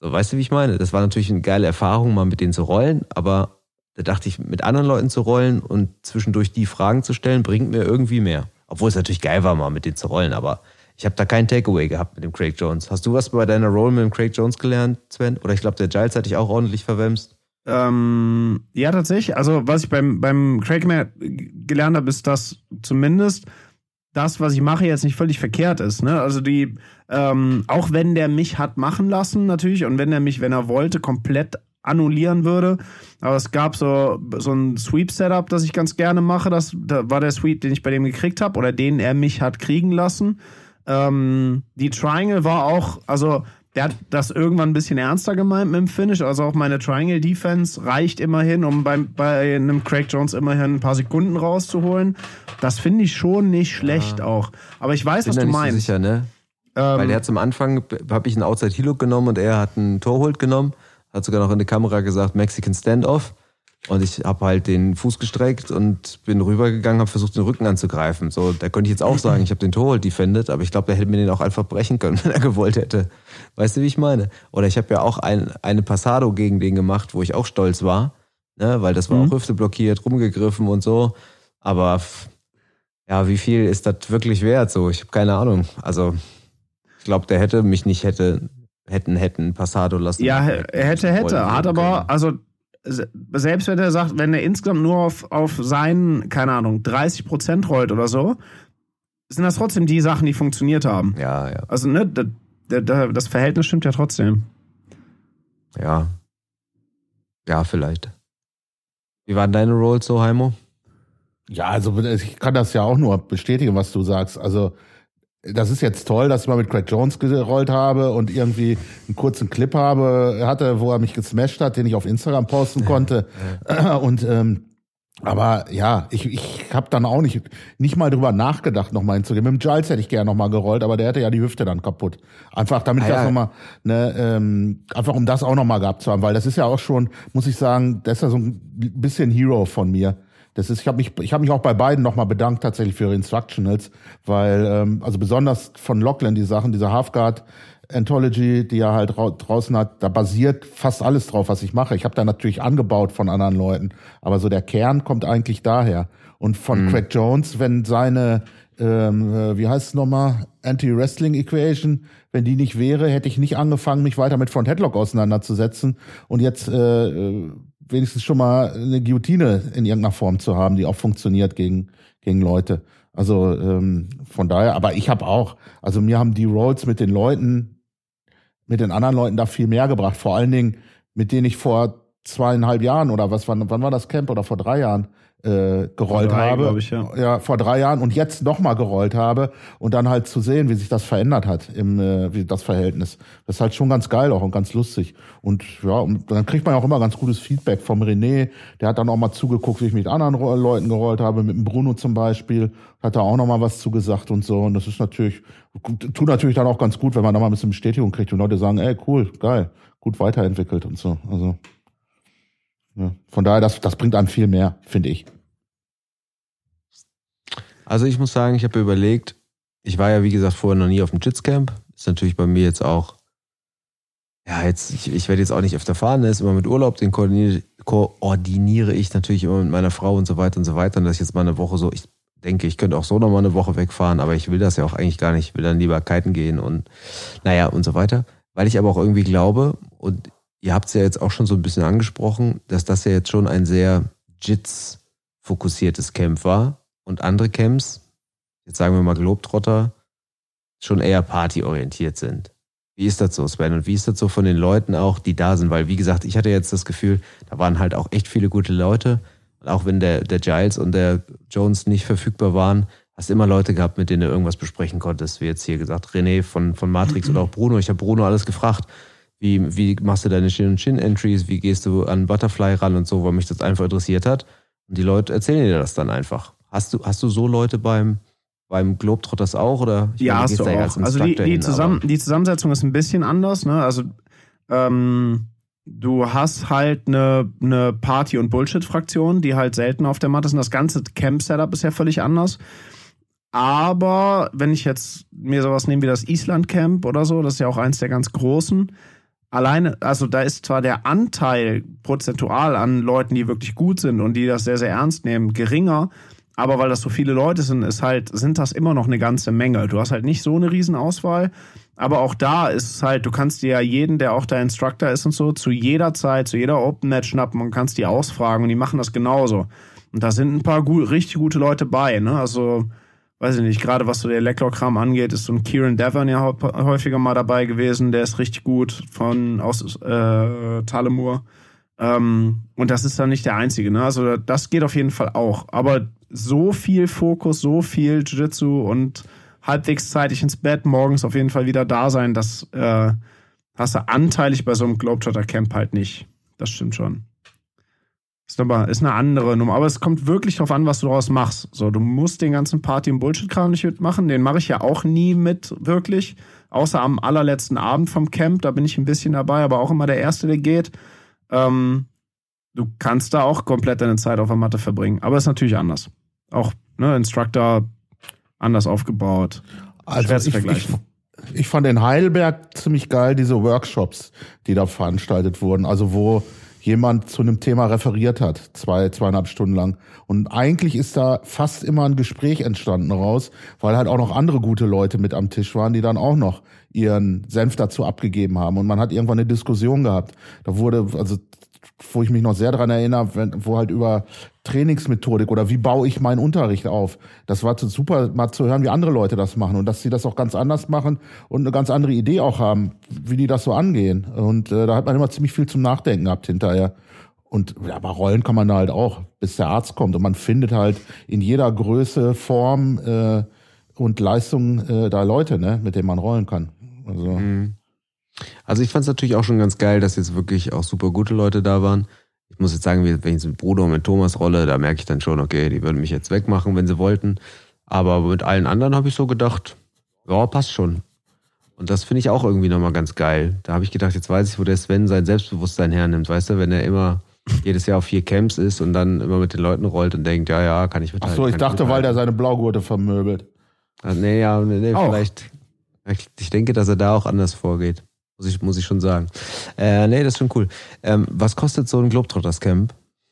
So, weißt du, wie ich meine? Das war natürlich eine geile Erfahrung, mal mit denen zu rollen, aber da dachte ich, mit anderen Leuten zu rollen und zwischendurch die Fragen zu stellen, bringt mir irgendwie mehr. Obwohl es natürlich geil war, mal mit denen zu rollen, aber ich habe da keinen Takeaway gehabt mit dem Craig Jones. Hast du was bei deiner Roll mit dem Craig Jones gelernt, Sven? Oder ich glaube, der Giles hat dich auch ordentlich verwemst. Ja, tatsächlich. Also, was ich beim Craig mehr gelernt habe, ist, dass zumindest das, was ich mache, jetzt nicht völlig verkehrt ist. Ne? Also auch wenn der mich hat machen lassen, natürlich, und wenn er mich, wenn er wollte, komplett annullieren würde. Aber es gab so ein Sweep-Setup, das ich ganz gerne mache. Da war der Sweep, den ich bei dem gekriegt habe, oder den er mich hat kriegen lassen. Die Triangle war auch, also der hat das irgendwann ein bisschen ernster gemeint mit dem Finish. Also auch meine Triangle-Defense reicht immerhin, um bei einem Craig Jones immerhin ein paar Sekunden rauszuholen. Das finde ich schon nicht schlecht auch. Aber ich weiß, was du meinst. Sicher, ne? Weil er hat zum Anfang, habe ich einen Outside-Heel-Hook genommen und er hat einen Toe-Hold genommen. Hat sogar noch in die Kamera gesagt, Mexican Standoff. Und ich habe halt den Fuß gestreckt und bin rübergegangen, habe versucht, den Rücken anzugreifen. So, da könnte ich jetzt auch sagen, ich habe den Toe-Hold defended, aber ich glaube, der hätte mir den auch einfach brechen können, wenn er gewollt hätte. Weißt du, wie ich meine? Oder ich habe ja auch eine Passado gegen den gemacht, wo ich auch stolz war, ne? Weil das war auch Hüfte blockiert, rumgegriffen und so. Aber ja, wie viel ist das wirklich wert? So, ich habe keine Ahnung. Also ich glaube, der hätte mich nicht hätten Passado lassen. Ja, er hätte. Hat aber, also selbst wenn er sagt, wenn er insgesamt nur auf seinen, keine Ahnung, 30% rollt oder so, sind das trotzdem die Sachen, die funktioniert haben. Ja. Also, ne, das Verhältnis stimmt ja trotzdem. Ja. Ja, vielleicht. Wie waren deine Rolls so, Heimo? Ja, also ich kann das ja auch nur bestätigen, was du sagst. Also das ist jetzt toll, dass ich mal mit Craig Jones gerollt habe und irgendwie einen kurzen Clip hatte, wo er mich gesmashed hat, den ich auf Instagram posten konnte. Und aber ja, ich habe dann auch nicht mal drüber nachgedacht, nochmal hinzugehen. Mit dem Giles hätte ich gerne nochmal gerollt, aber der hätte ja die Hüfte dann kaputt. Einfach damit das nochmal, ne, einfach um das auch nochmal gehabt zu haben, weil das ist ja auch schon, muss ich sagen, das ist ja so ein bisschen Hero von mir. Ich habe mich auch bei beiden nochmal bedankt tatsächlich für ihre Instructionals, weil also besonders von Lachlan die Sachen, diese Halfguard Anthology, die er halt draußen hat, da basiert fast alles drauf, was ich mache. Ich habe da natürlich angebaut von anderen Leuten, aber so der Kern kommt eigentlich daher. Und von Craig Jones, wenn seine wie heißt es nochmal, Anti-Wrestling Equation, wenn die nicht wäre, hätte ich nicht angefangen, mich weiter mit Front Headlock auseinanderzusetzen und jetzt wenigstens schon mal eine Guillotine in irgendeiner Form zu haben, die auch funktioniert gegen Leute. Also von daher, aber ich habe auch, also mir haben die Rolls mit den anderen Leuten da viel mehr gebracht, vor allen Dingen mit denen ich vor 2,5 Jahren oder wann war das Camp oder vor 3 Jahren gerollt habe. Ja, vor 3 Jahren und jetzt nochmal gerollt habe und dann halt zu sehen, wie sich das verändert hat wie das Verhältnis. Das ist halt schon ganz geil auch und ganz lustig. Und ja, und dann kriegt man ja auch immer ganz gutes Feedback vom René. Der hat dann auch mal zugeguckt, wie ich mit anderen Leuten gerollt habe, mit dem Bruno zum Beispiel. Hat da auch nochmal was zugesagt und so. Und das ist tut natürlich dann auch ganz gut, wenn man nochmal ein bisschen Bestätigung kriegt und Leute sagen, ey, cool, geil, gut weiterentwickelt und so. Also ja, von daher, das bringt einem viel mehr, finde ich. Also ich muss sagen, ich habe überlegt, ich war ja wie gesagt vorher noch nie auf dem Jits-Camp. Ist natürlich bei mir jetzt auch, ja ich werde jetzt auch nicht öfter fahren, ist immer mit Urlaub, den koordiniere ich natürlich immer mit meiner Frau und so weiter und so weiter. Und dass ich jetzt mal eine Woche so, ich denke, ich könnte auch so noch mal eine Woche wegfahren, aber ich will das ja auch eigentlich gar nicht. Ich will dann lieber kiten gehen und naja und so weiter. Weil ich aber auch irgendwie glaube, und ihr habt es ja jetzt auch schon so ein bisschen angesprochen, dass das ja jetzt schon ein sehr Jits-fokussiertes Camp war. Und andere Camps, jetzt sagen wir mal Globetrotter, schon eher partyorientiert sind. Wie ist das so, Sven? Und wie ist das so von den Leuten auch, die da sind? Weil, wie gesagt, ich hatte jetzt das Gefühl, da waren halt auch echt viele gute Leute. Und auch wenn der Giles und der Jones nicht verfügbar waren, hast immer Leute gehabt, mit denen du irgendwas besprechen konntest. Wie jetzt hier gesagt, René von Matrix oder auch Bruno. Ich habe Bruno alles gefragt. Wie machst du deine Shin-Entries? Wie gehst du an Butterfly ran und so, weil mich das einfach interessiert hat. Und die Leute erzählen dir das dann einfach. Hast du so Leute beim Globetrotters auch? Oder ja, hast du auch. Also die Zusammensetzung ist ein bisschen anders. Ne? Also du hast halt eine Party- und Bullshit-Fraktion, die halt selten auf der Matte sind. Das ganze Camp-Setup ist ja völlig anders. Aber wenn ich jetzt mir sowas nehme wie das Island-Camp oder so, das ist ja auch eins der ganz großen, alleine, also da ist zwar der Anteil prozentual an Leuten, die wirklich gut sind und die das sehr, sehr ernst nehmen, geringer, aber weil das so viele Leute sind, sind das immer noch eine ganze Menge. Du hast halt nicht so eine Riesenauswahl, aber auch da ist es halt, du kannst dir ja jeden, der auch der Instructor ist und so, zu jeder Zeit, zu jeder Open Net schnappen und kannst die ausfragen und die machen das genauso. Und da sind ein paar richtig gute Leute bei, ne? Also, weiß ich nicht, gerade was so der Lecklock-Kram angeht, ist so ein Kieran Devon ja häufiger mal dabei gewesen, der ist richtig gut aus Talamur. Und das ist dann nicht der einzige, ne? Also das geht auf jeden Fall auch. Aber so viel Fokus, so viel Jiu-Jitsu und halbwegs zeitig ins Bett, morgens auf jeden Fall wieder da sein, das hast du anteilig bei so einem Globetrotter-Camp halt nicht. Das stimmt schon. Ist eine andere Nummer. Aber es kommt wirklich drauf an, was du daraus machst. So, du musst den ganzen Party- und Bullshit-Kram nicht mitmachen. Den mache ich ja auch nie mit, wirklich. Außer am allerletzten Abend vom Camp. Da bin ich ein bisschen dabei, aber auch immer der Erste, der geht. Du kannst da auch komplett deine Zeit auf der Matte verbringen. Aber ist natürlich anders. Auch, ne, Instructor anders aufgebaut. Also schwer zu vergleichen. Ich fand in Heidelberg ziemlich geil, diese Workshops, die da veranstaltet wurden. Also wo jemand zu einem Thema referiert hat, 2,5 Stunden lang. Und eigentlich ist da fast immer ein Gespräch entstanden raus, weil halt auch noch andere gute Leute mit am Tisch waren, die dann auch noch ihren Senf dazu abgegeben haben. Und man hat irgendwann eine Diskussion gehabt. Da wurde, also wo ich mich noch sehr daran erinnere, wo halt über Trainingsmethodik oder wie baue ich meinen Unterricht auf. Das war super, mal zu hören, wie andere Leute das machen und dass sie das auch ganz anders machen und eine ganz andere Idee auch haben, wie die das so angehen. Und da hat man immer ziemlich viel zum Nachdenken gehabt hinterher. Und ja, aber Rollen kann man da halt auch, bis der Arzt kommt. Und man findet halt in jeder Größe, Form und Leistung da Leute, ne, mit denen man rollen kann. Also ich fand es natürlich auch schon ganz geil, dass jetzt wirklich auch super gute Leute da waren. Ich muss jetzt sagen, wenn ich mit Bruder und mit Thomas rolle, da merke ich dann schon, okay, die würden mich jetzt wegmachen, wenn sie wollten. Aber mit allen anderen habe ich so gedacht, ja, passt schon. Und das finde ich auch irgendwie nochmal ganz geil. Da habe ich gedacht, jetzt weiß ich, wo der Sven sein Selbstbewusstsein hernimmt. Weißt du, wenn er immer jedes Jahr auf 4 Camps ist und dann immer mit den Leuten rollt und denkt, ja, kann ich mithalten. Ach so, ich dachte, weil der seine Blaugurte vermöbelt. Nee, vielleicht. Ich denke, dass er da auch anders vorgeht. Muss ich schon sagen. Nee, das ist schon cool. Was kostet so ein Globetrotters-Camp?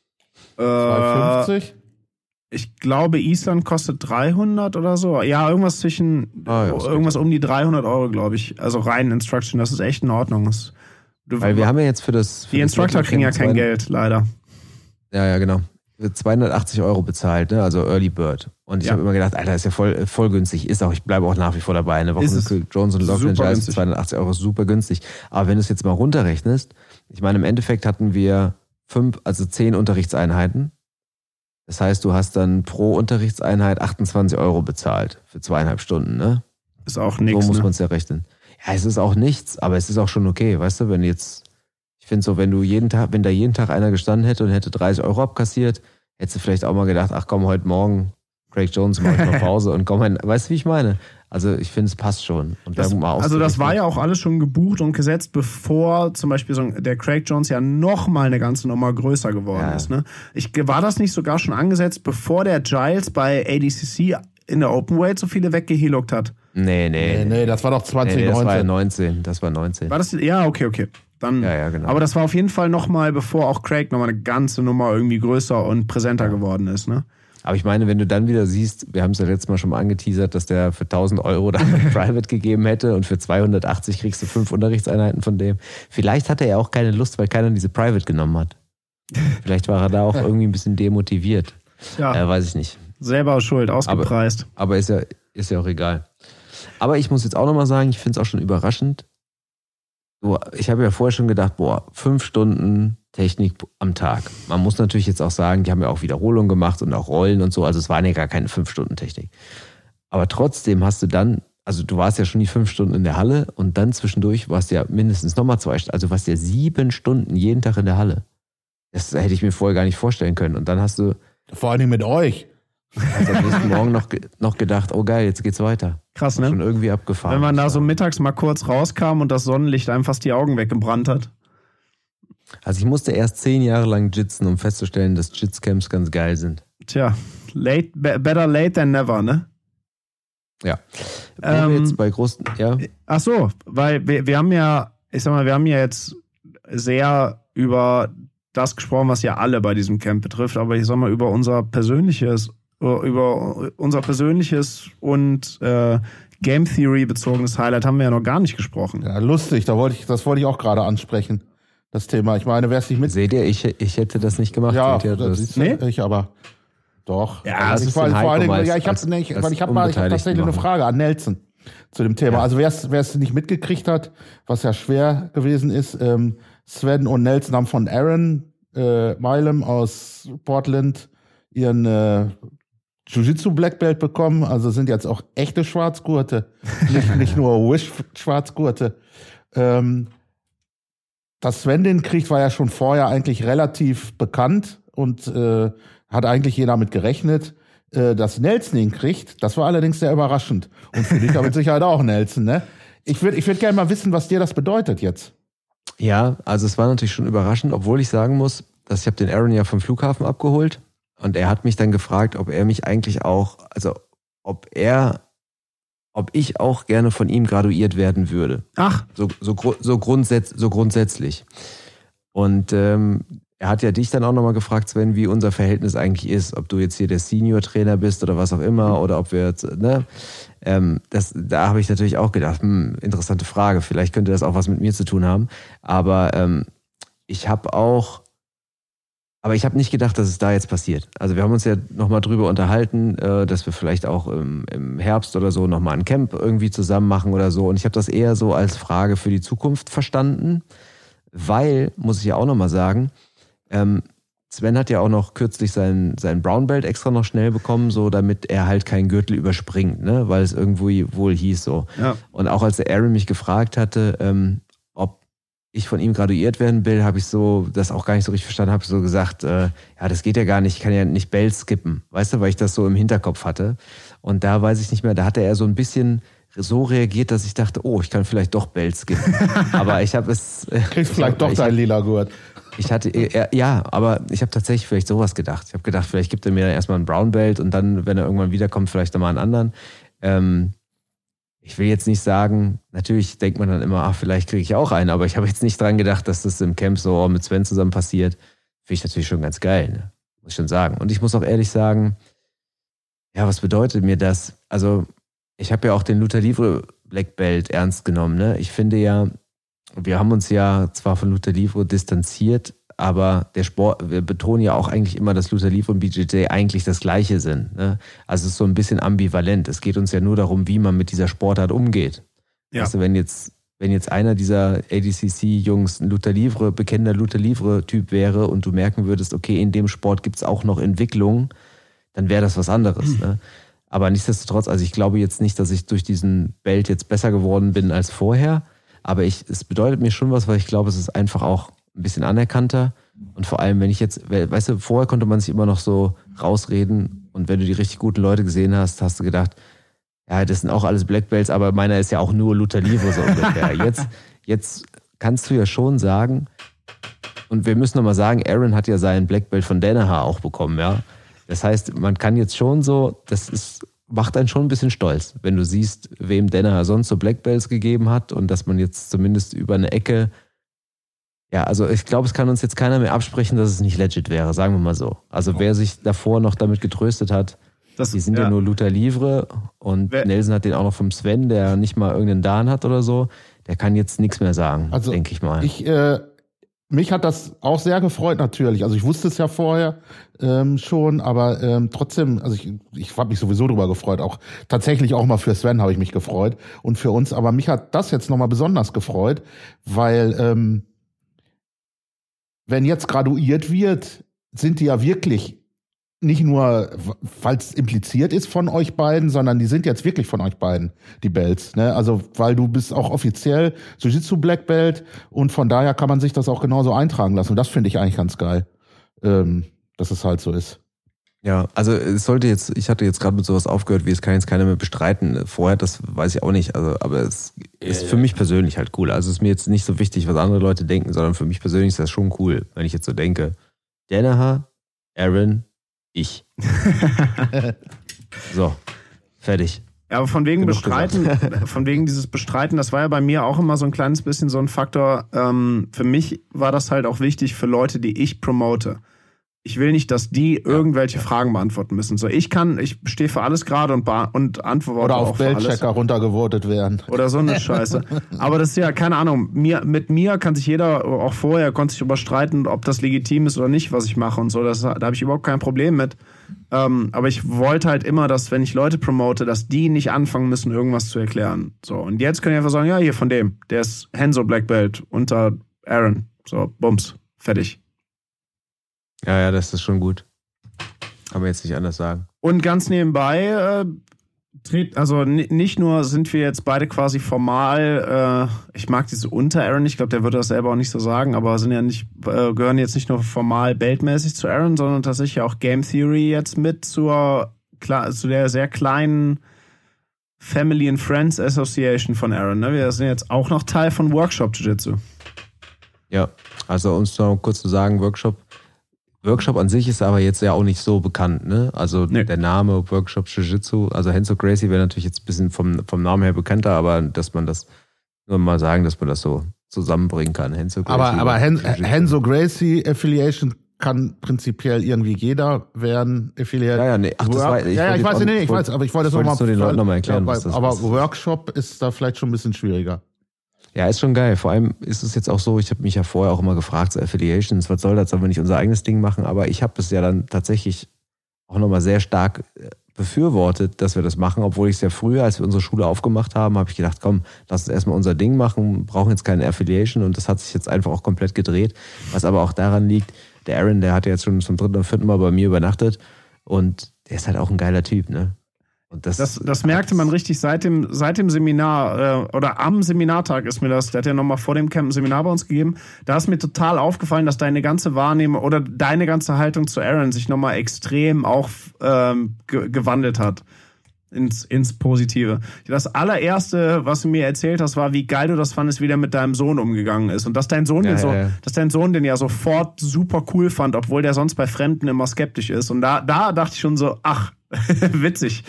2,50? Ich glaube, Island kostet 300 oder so. Ja, irgendwas irgendwas um die 300 Euro, glaube ich. Also rein Instruction, das ist echt in Ordnung. Weil wir haben ja jetzt für die Instructor kriegen ja kein Geld, leider. Ja, genau. 280 Euro bezahlt, ne? Also Early Bird. Und ich habe immer gedacht, Alter, ist ja voll günstig. Ich bleibe auch nach wie vor dabei. Eine Woche mit Jones und Lachlan Giles, 280 Euro ist super günstig. Aber wenn du es jetzt mal runterrechnest, ich meine, im Endeffekt hatten wir 10 Unterrichtseinheiten. Das heißt, du hast dann pro Unterrichtseinheit 28 Euro bezahlt für 2,5 Stunden, ne? Ist auch nichts. So muss man es ja rechnen. Ja, es ist auch nichts, aber es ist auch schon okay, weißt du, ich finde so, wenn da jeden Tag einer gestanden hätte und hätte 30 Euro abkassiert, hättest du vielleicht auch mal gedacht, ach komm, heute Morgen, Craig Jones, mach ich mal Pause und komm rein. Weißt du, wie ich meine? Also ich finde, es passt schon. Und das war ja auch alles schon gebucht und gesetzt, bevor zum Beispiel der Craig Jones ja nochmal eine ganze Nummer größer geworden ist. Ne? War das nicht sogar schon angesetzt, bevor der Giles bei ADCC in der Openweight so viele weggehelokt hat? Nee, das war doch 2019. Das war 19. War das? Ja, okay. Dann, ja, genau. Aber das war auf jeden Fall nochmal, bevor auch Craig nochmal eine ganze Nummer irgendwie größer und präsenter geworden ist, ne? Aber ich meine, wenn du dann wieder siehst, wir haben es ja letztes Mal schon mal angeteasert, dass der für 1.000 Euro da Private gegeben hätte und für 280 kriegst du 5 Unterrichtseinheiten von dem. Vielleicht hatte er auch keine Lust, weil keiner diese Private genommen hat. Vielleicht war er da auch irgendwie ein bisschen demotiviert. Ja. Weiß ich nicht. Selber schuld, ausgepreist. Aber ist ja auch egal. Aber ich muss jetzt auch nochmal sagen, ich finde es auch schon überraschend. Ich habe ja vorher schon gedacht, 5 Stunden Technik am Tag. Man muss natürlich jetzt auch sagen, die haben ja auch Wiederholungen gemacht und auch Rollen und so, also es waren ja gar keine 5 Stunden Technik. Aber trotzdem hast du dann, also du warst ja schon die 5 Stunden in der Halle und dann zwischendurch warst du ja mindestens nochmal 2 Stunden, also warst ja 7 Stunden jeden Tag in der Halle. Das hätte ich mir vorher gar nicht vorstellen können. Und dann hast du... Vor allem mit euch. Also am nächsten Morgen noch gedacht, oh geil, jetzt geht's weiter. Krass, ne? Schon irgendwie abgefahren. Wenn man da so mittags mal kurz rauskam und das Sonnenlicht einem fast die Augen weggebrannt hat. Also ich musste erst 10 Jahre lang jitzen, um festzustellen, dass Jits-Camps ganz geil sind. Tja, better late than never, ne? Ja. Wo wir jetzt bei großen, ja. Ach so, weil wir haben ja ich sag mal, wir haben ja jetzt sehr über das gesprochen, was ja alle bei diesem Camp betrifft, aber ich sag mal, über unser persönliches und Game Theory bezogenes Highlight haben wir ja noch gar nicht gesprochen. Ja, lustig, das wollte ich auch gerade ansprechen, das Thema. Ich meine, wer es nicht mit... Seht ihr, ich hätte das nicht gemacht. Ja, das ist nee? ich, aber doch. Ja, also das ist vor allen Dingen, ich habe tatsächlich eine Frage an Nelson zu dem Thema. Ja. Also wer es nicht mitgekriegt hat, was ja schwer gewesen ist, Sven und Nelson haben von Aaron Milam aus Portland ihren Jiu-Jitsu Black Belt bekommen, also sind jetzt auch echte Schwarzgurte, nicht nur Wish-Schwarzgurte. Dass Sven den kriegt, war ja schon vorher eigentlich relativ bekannt und hat eigentlich jeder mit gerechnet. Dass Nelson ihn kriegt, das war allerdings sehr überraschend. Und für dich aber mit Sicherheit auch, Nelson, ne? Ich würd gerne mal wissen, was dir das bedeutet jetzt. Ja, also es war natürlich schon überraschend, obwohl ich sagen muss, dass ich habe den Aaron ja vom Flughafen abgeholt. Und er hat mich dann gefragt, ob er mich eigentlich auch, also ob ich auch gerne von ihm graduiert werden würde. Ach. So grundsätzlich. Und er hat ja dich dann auch nochmal gefragt, Sven, wie unser Verhältnis eigentlich ist. Ob du jetzt hier der Senior-Trainer bist oder was auch immer. Oder ob wir jetzt, ne? Da habe ich natürlich auch gedacht, interessante Frage. Vielleicht könnte das auch was mit mir zu tun haben. Aber ich habe nicht gedacht, dass es da jetzt passiert. Also wir haben uns ja nochmal drüber unterhalten, dass wir vielleicht auch im Herbst oder so nochmal ein Camp irgendwie zusammen machen oder so. Und ich habe das eher so als Frage für die Zukunft verstanden, weil, muss ich ja auch nochmal sagen, Sven hat ja auch noch kürzlich sein Brown Belt extra noch schnell bekommen, so damit er halt keinen Gürtel überspringt, ne? Weil es irgendwo wohl hieß so. Ja. Und auch als der Aaron mich gefragt hatte, ob ich von ihm graduiert werden will, habe ich so das auch gar nicht so richtig verstanden, habe so gesagt, ja, das geht ja gar nicht, ich kann ja nicht Belt skippen, weißt du, weil ich das so im Hinterkopf hatte. Und da weiß ich nicht mehr, da hatte er so ein bisschen so reagiert, dass ich dachte, oh, ich kann vielleicht doch Belt skippen. Aber ich habe es... Kriegst vielleicht doch dein lila Gurt. Ich hatte, ja, aber ich habe tatsächlich vielleicht sowas gedacht. Ich habe gedacht, vielleicht gibt er mir erstmal einen Brown Belt und dann, wenn er irgendwann wiederkommt, vielleicht nochmal einen anderen. Ich will jetzt nicht sagen, natürlich denkt man dann immer, vielleicht kriege ich auch einen, aber ich habe jetzt nicht dran gedacht, dass das im Camp so mit Sven zusammen passiert. Finde ich natürlich schon ganz geil, ne? Muss ich schon sagen. Und ich muss auch ehrlich sagen, ja, was bedeutet mir das? Also, ich habe ja auch den Luta Livre Black Belt ernst genommen, ne? Ich finde ja, wir haben uns ja zwar von Luta Livre distanziert, aber der Sport, wir betonen ja auch eigentlich immer, dass Luta Livre und BJJ eigentlich das Gleiche sind, ne? Also es ist so ein bisschen ambivalent. Es geht uns ja nur darum, wie man mit dieser Sportart umgeht. Ja. Also wenn jetzt einer dieser ADCC-Jungs ein bekennender Luta Livre-Typ wäre und du merken würdest, okay, in dem Sport gibt's auch noch Entwicklung, dann wäre das was anderes, ne? Aber nichtsdestotrotz, also ich glaube jetzt nicht, dass ich durch diesen Belt jetzt besser geworden bin als vorher, aber es bedeutet mir schon was, weil ich glaube, es ist einfach auch ein bisschen anerkannter. Und vor allem, wenn ich jetzt, weißt du, vorher konnte man sich immer noch so rausreden und wenn du die richtig guten Leute gesehen hast, hast du gedacht, ja, das sind auch alles Black Belts, aber meiner ist ja auch nur Luta Livre so ungefähr. Jetzt kannst du ja schon sagen, und wir müssen nochmal sagen, Aaron hat ja seinen Black Belt von Danaher auch bekommen, ja. Das heißt, man kann jetzt schon so, macht einen schon ein bisschen stolz, wenn du siehst, wem Danaher sonst so Black Belts gegeben hat und dass man jetzt zumindest über eine Ecke, ja, also ich glaube, es kann uns jetzt keiner mehr absprechen, dass es nicht legit wäre, sagen wir mal so. Also wer sich davor noch damit getröstet hat, die sind ja nur Luta Livre und Nelson hat den auch noch vom Sven, der nicht mal irgendeinen Dan hat oder so, der kann jetzt nichts mehr sagen, also denke ich mal. Mich hat das auch sehr gefreut natürlich. Also ich wusste es ja vorher schon, aber trotzdem, also ich habe mich sowieso drüber gefreut. Auch tatsächlich auch mal für Sven habe ich mich gefreut und für uns. Aber mich hat das jetzt nochmal besonders gefreut, weil wenn jetzt graduiert wird, sind die ja wirklich nicht nur, weil es impliziert ist von euch beiden, sondern die sind jetzt wirklich von euch beiden, die Belts. Ne? Also, weil du bist auch offiziell Jiu-Jitsu Black Belt und von daher kann man sich das auch genauso eintragen lassen. Und das finde ich eigentlich ganz geil, dass es halt so ist. Ja, also ich hatte jetzt gerade mit sowas aufgehört, wie es kann jetzt keiner mehr bestreiten. Vorher, das weiß ich auch nicht, also, aber es ist für mich persönlich halt cool. Also es ist mir jetzt nicht so wichtig, was andere Leute denken, sondern für mich persönlich ist das schon cool, wenn ich jetzt so denke. Danaher, Aaron, ich. So, fertig. Ja, aber von wegen Genug Bestreiten, von wegen dieses Bestreiten, das war ja bei mir auch immer so ein kleines bisschen so ein Faktor. Für mich war das halt auch wichtig für Leute, die ich promote. Ich will nicht, dass die irgendwelche Fragen beantworten müssen. So, ich stehe für alles gerade und antworte Oder auch auf für alles. Bildchecker runtergevotet werden. Oder so eine Scheiße. Aber das ist ja, keine Ahnung, mit mir kann sich jeder, auch vorher, konnte sich darüber streiten, ob das legitim ist oder nicht, was ich mache und so. Da habe ich überhaupt kein Problem mit. Aber ich wollte halt immer, dass, wenn ich Leute promote, dass die nicht anfangen müssen, irgendwas zu erklären. So, und jetzt können die einfach sagen, ja, hier von dem, der ist Henso Black Belt unter Aaron. So, bums, fertig. Ja, das ist schon gut. Kann man jetzt nicht anders sagen. Und ganz nebenbei, nicht nur sind wir jetzt beide quasi formal, ich mag diese unter Aaron, ich glaube, der würde das selber auch nicht so sagen, aber gehören jetzt nicht nur formal beltmäßig zu Aaron, sondern tatsächlich auch Game Theory jetzt mit zu der sehr kleinen Family and Friends Association von Aaron. Ne? Wir sind jetzt auch noch Teil von Workshop Jiu-Jitsu. Ja, also um es noch kurz zu sagen, Workshop an sich ist aber jetzt ja auch nicht so bekannt, ne? Also Der Name Workshop Jiu-Jitsu, also Renzo Gracie wäre natürlich jetzt ein bisschen vom Namen her bekannter, aber dass man das nur mal sagen, dass man das so zusammenbringen kann. Renzo Gracie aber Renzo Gracie Affiliation kann prinzipiell irgendwie jeder werden affiliate. Ja, nee. Ach, ich weiß, aber ich wollte das nochmal den Leuten nochmal erklären, ja, was das aber ist. Workshop ist da vielleicht schon ein bisschen schwieriger. Ja, ist schon geil. Vor allem ist es jetzt auch so, ich habe mich ja vorher auch immer gefragt, so Affiliations, was soll das, sollen wir nicht unser eigenes Ding machen? Aber ich habe es ja dann tatsächlich auch nochmal sehr stark befürwortet, dass wir das machen, obwohl ich es ja früher, als wir unsere Schule aufgemacht haben, habe ich gedacht, komm, lass uns erstmal unser Ding machen, brauchen jetzt keine Affiliation, und das hat sich jetzt einfach auch komplett gedreht, was aber auch daran liegt, der Aaron, der hat ja jetzt schon zum 3. oder 4. Mal bei mir übernachtet und der ist halt auch ein geiler Typ, ne? Und das merkte man richtig seit dem Seminar oder am Seminartag ist mir das, der hat ja nochmal vor dem Camp ein Seminar bei uns gegeben, da ist mir total aufgefallen, dass deine ganze Wahrnehmung oder deine ganze Haltung zu Aaron sich nochmal extrem auch gewandelt hat ins Positive. Das allererste, was du mir erzählt hast, war, wie geil du das fandest, wie der mit deinem Sohn umgegangen ist und dass dein Sohn den ja sofort super cool fand, obwohl der sonst bei Fremden immer skeptisch ist, und da dachte ich schon so, ach, witzig.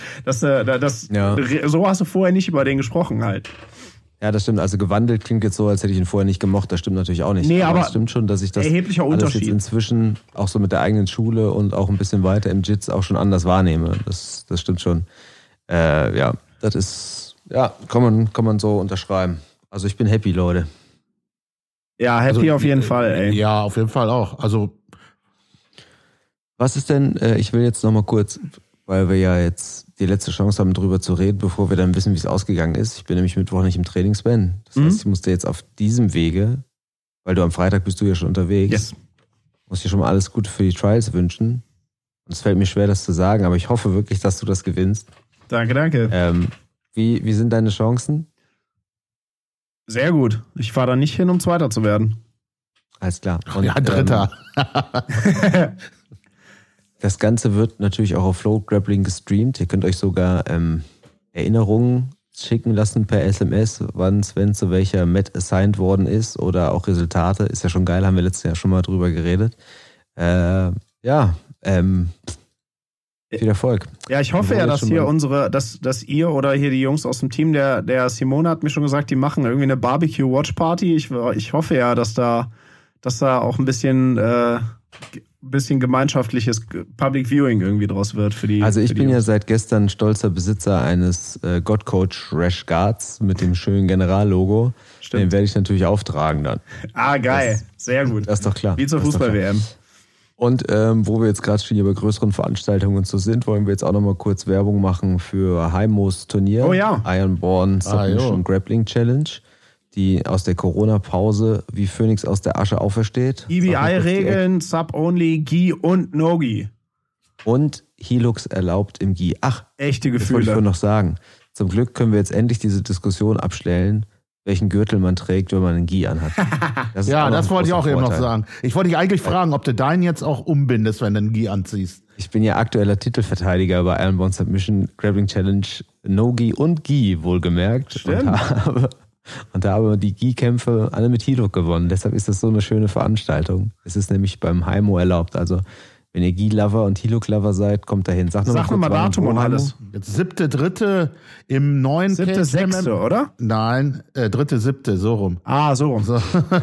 So hast du vorher nicht über den gesprochen halt. Ja, das stimmt. Also gewandelt klingt jetzt so, als hätte ich ihn vorher nicht gemocht. Das stimmt natürlich auch nicht. Nee, aber es stimmt schon, dass ich das erheblicher alles Unterschied. jetzt inzwischen auch so mit der eigenen Schule und auch ein bisschen weiter im Jits auch schon anders wahrnehme. Das stimmt schon. Das ist, kann man so unterschreiben. Also ich bin happy, Leute. Ja, happy auf jeden Fall, ey. Ja, auf jeden Fall auch. Also was ist denn, ich will jetzt nochmal kurz, weil wir ja jetzt die letzte Chance haben, drüber zu reden, bevor wir dann wissen, wie es ausgegangen ist. Ich bin nämlich Mittwoch nicht im Trainingsban. Das heißt, ich musste jetzt auf diesem Wege, weil du am Freitag bist du ja schon unterwegs, muss dir schon mal alles Gute für die Trials wünschen. Und es fällt mir schwer, das zu sagen, aber ich hoffe wirklich, dass du das gewinnst. Danke. Wie sind deine Chancen? Sehr gut. Ich fahre da nicht hin, um Zweiter zu werden. Alles klar. Und, ja, Dritter. Das Ganze wird natürlich auch auf Flow Grappling gestreamt. Ihr könnt euch sogar Erinnerungen schicken lassen per SMS, wann Sven zu welcher Met assigned worden ist oder auch Resultate. Ist ja schon geil, haben wir letztes Jahr schon mal drüber geredet. Viel Erfolg. Ja, ich hoffe ja, dass hier dass ihr oder hier die Jungs aus dem Team, der Simone hat mir schon gesagt, die machen irgendwie eine Barbecue-Watch-Party. Ich hoffe ja, dass da auch ein bisschen gemeinschaftliches Public Viewing irgendwie draus wird für die. Also ich bin ja seit gestern stolzer Besitzer eines God Coach Rash Guards mit dem schönen Generallogo. Stimmt. Den werde ich natürlich auftragen dann. Ah, geil. Sehr gut. Das ist doch klar. Wie zur Fußball-WM. Und wo wir jetzt gerade schon hier bei größeren Veranstaltungen und so sind, wollen wir jetzt auch nochmal kurz Werbung machen für Heimos Turnier. Oh ja. Ironborn Submission Grappling Challenge, die aus der Corona-Pause wie Phönix aus der Asche aufersteht. EBI-Regeln, Sub-Only, Gi und No-Gi. Und Hilux erlaubt im Gi. Ach, echte Gefühle. Das wollte ich nur noch sagen. Zum Glück können wir jetzt endlich diese Diskussion abstellen, welchen Gürtel man trägt, wenn man einen Gi anhat. Das wollte ich auch eben noch sagen. Ich wollte dich eigentlich fragen, ob du deinen jetzt auch umbindest, wenn du einen Gi anziehst. Ich bin ja aktueller Titelverteidiger bei Ironborn Submission Grappling Challenge No-Gi und Gi, wohlgemerkt. Stimmt. Und da haben wir die Gi-Kämpfe alle mit Hilux gewonnen. Deshalb ist das so eine schöne Veranstaltung. Es ist nämlich beim Heimo erlaubt. Also Wenn ihr Gi-Lover und Hiluk-Lover seid, kommt dahin. Sag Sag nochmal Datum und alles. Jetzt 7.3. im neuen 7.6., oder? Nein, 3.7., so rum. Ah, so rum. So.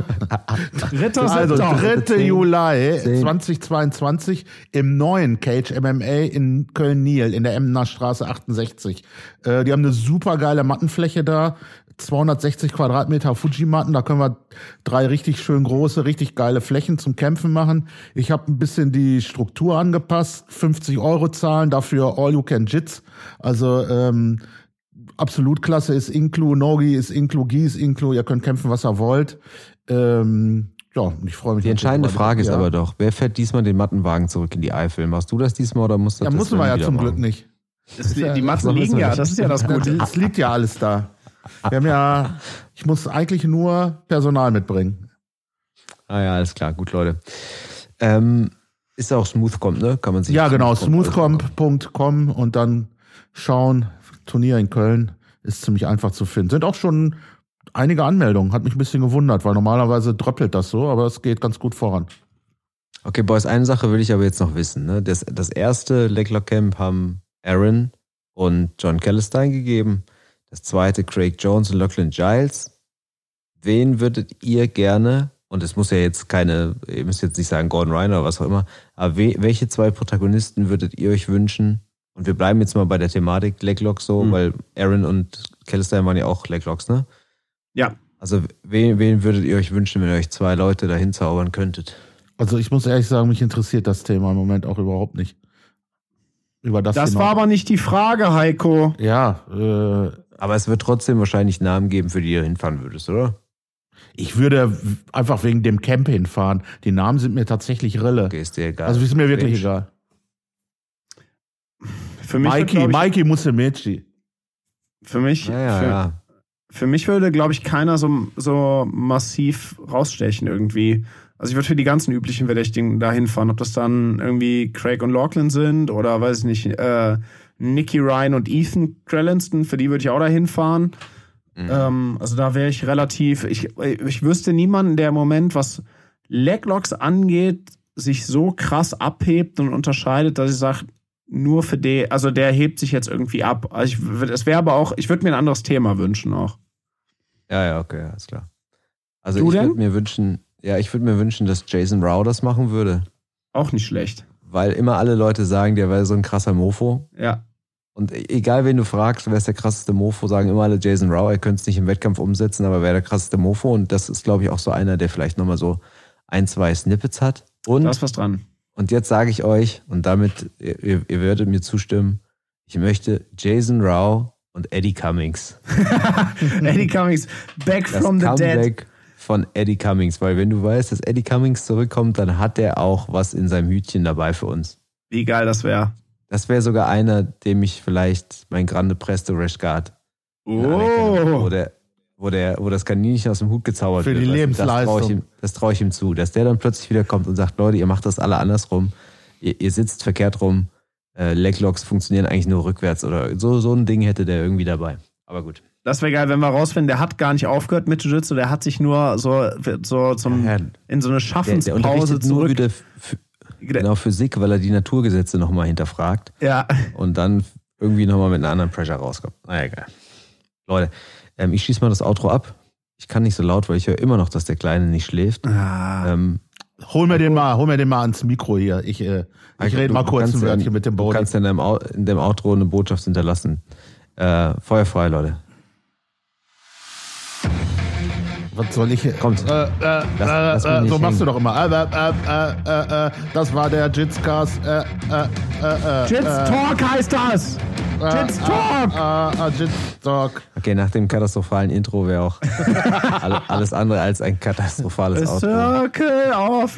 3.7. Also 3. 10, Juli 10. 2022 im neuen Cage MMA in Köln-Niel in der Emdener Straße 68. Die haben eine super geile Mattenfläche da. 260 Quadratmeter Fuji-Matten, da können wir 3 richtig schön große, richtig geile Flächen zum Kämpfen machen. Ich habe ein bisschen die Struktur angepasst, 50 € zahlen, dafür All You Can Jits. Also absolut klasse ist Inklu, Nogi ist Inklu, Gi ist Inklu, ihr könnt kämpfen, was ihr wollt. Ja, ich freue mich. Die entscheidende Frage ist ja. aber doch, wer fährt diesmal den Mattenwagen zurück in die Eifel? Machst du das diesmal oder musst du das? Ja, müssen wir ja zum Glück nicht. Die Matten liegen ja, das ist ja das Gute. Es liegt ja alles da. Wir haben ja, ich muss eigentlich nur Personal mitbringen. Ah ja, alles klar, gut, Leute. Ist auch Smoothcomp, ne? Kann man sich. Ja, genau, smoothcomp.com und dann schauen. Turnier in Köln ist ziemlich einfach zu finden. Sind auch schon einige Anmeldungen, hat mich ein bisschen gewundert, weil normalerweise dröppelt das so, aber es geht ganz gut voran. Okay, Boys, eine Sache will ich aber jetzt noch wissen. Ne? Das erste Leglock Camp haben Aaron und John Callistine gegeben. Das zweite Craig Jones und Lachlan Giles. Wen würdet ihr gerne, und es muss ja jetzt ihr müsst jetzt nicht sagen Gordon Ryan oder was auch immer, aber welche 2 Protagonisten würdet ihr euch wünschen? Und wir bleiben jetzt mal bei der Thematik Leglocks so, weil Aaron und Callistine waren ja auch Leglocks, ne? Ja. Also wen würdet ihr euch wünschen, wenn ihr euch 2 Leute dahin zaubern könntet? Also ich muss ehrlich sagen, mich interessiert das Thema im Moment auch überhaupt nicht. Über das war aber nicht die Frage, Heiko. Ja, aber es wird trotzdem wahrscheinlich Namen geben, für die du hinfahren würdest, oder? ich würde einfach wegen dem Camp hinfahren. Die Namen sind mir tatsächlich Rille. Okay, ist dir egal. Also ist mir wirklich egal. Für mich Mikey Musumeci. Für mich, ja. Für mich würde, glaube ich, keiner so massiv rausstechen irgendwie. Also ich würde für die ganzen üblichen Verdächtigen da hinfahren. Ob das dann irgendwie Craig und Lachlan sind oder, weiß ich nicht, Nicky Ryan und Ethan Crellanston, für die würde ich auch da hinfahren. Also da wäre ich relativ, ich wüsste niemanden, der im Moment, was Leglocks angeht, sich so krass abhebt und unterscheidet, dass ich sage, nur für also der hebt sich jetzt irgendwie ab. Also ich würde mir ein anderes Thema wünschen auch. Ja, okay, alles klar. Also du ich würde mir wünschen, dass Jason Rau das machen würde. Auch nicht schlecht. Weil immer alle Leute sagen, der wäre so ein krasser Mofo. Ja. Und egal wen du fragst, wer ist der krasseste Mofo, sagen immer alle Jason Rau, er könnte es nicht im Wettkampf umsetzen, aber wer der krasseste Mofo. Und das ist, glaube ich, auch so einer, der vielleicht nochmal so 1, 2 Snippets hat. Und, da ist was dran. Und jetzt sage ich euch, und damit, ihr werdet mir zustimmen, ich möchte Jason Rau und Eddie Cummings. Eddie Cummings, back from the dead. Von Eddie Cummings, weil wenn du weißt, dass Eddie Cummings zurückkommt, dann hat er auch was in seinem Hütchen dabei für uns. Wie geil das wäre. Das wäre sogar einer, dem ich vielleicht mein Grande Presto Rash Guard wo das Kaninchen aus dem Hut gezaubert wird. Für die Lebensleistung. Das traue ich ihm zu, dass der dann plötzlich wieder kommt und sagt, Leute, ihr macht das alle andersrum. Ihr sitzt verkehrt rum. Leglocks funktionieren eigentlich nur rückwärts oder so ein Ding hätte der irgendwie dabei. Aber gut. Das wäre geil, wenn wir rausfinden, der hat gar nicht aufgehört mit Jiu-Jitsu, der hat sich nur in so eine Schaffenspause zurück. Nur wieder Physik, weil er die Naturgesetze nochmal hinterfragt. Ja. Und dann irgendwie nochmal mit einer anderen Pressure rauskommt. Na egal. Leute, ich schieße mal das Outro ab. Ich kann nicht so laut, weil ich höre immer noch, dass der Kleine nicht schläft. Hol mir den mal ans Mikro hier. Ich rede mal kurz ein Wörtchen mit dem Body. Du kannst in dem Outro eine Botschaft hinterlassen. Feuer frei, Leute. Was soll ich? Kommt. So machst du doch immer. Das war der Jitscast. Jits Talk heißt das. Jits Talk. Jits Talk. Okay, nach dem katastrophalen Intro wäre auch alles andere als ein katastrophales Outro. Circle of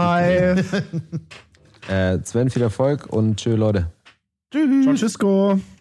Life. Sven, viel Erfolg und tschö, Leute. Tschüss. Ciao, Cisco.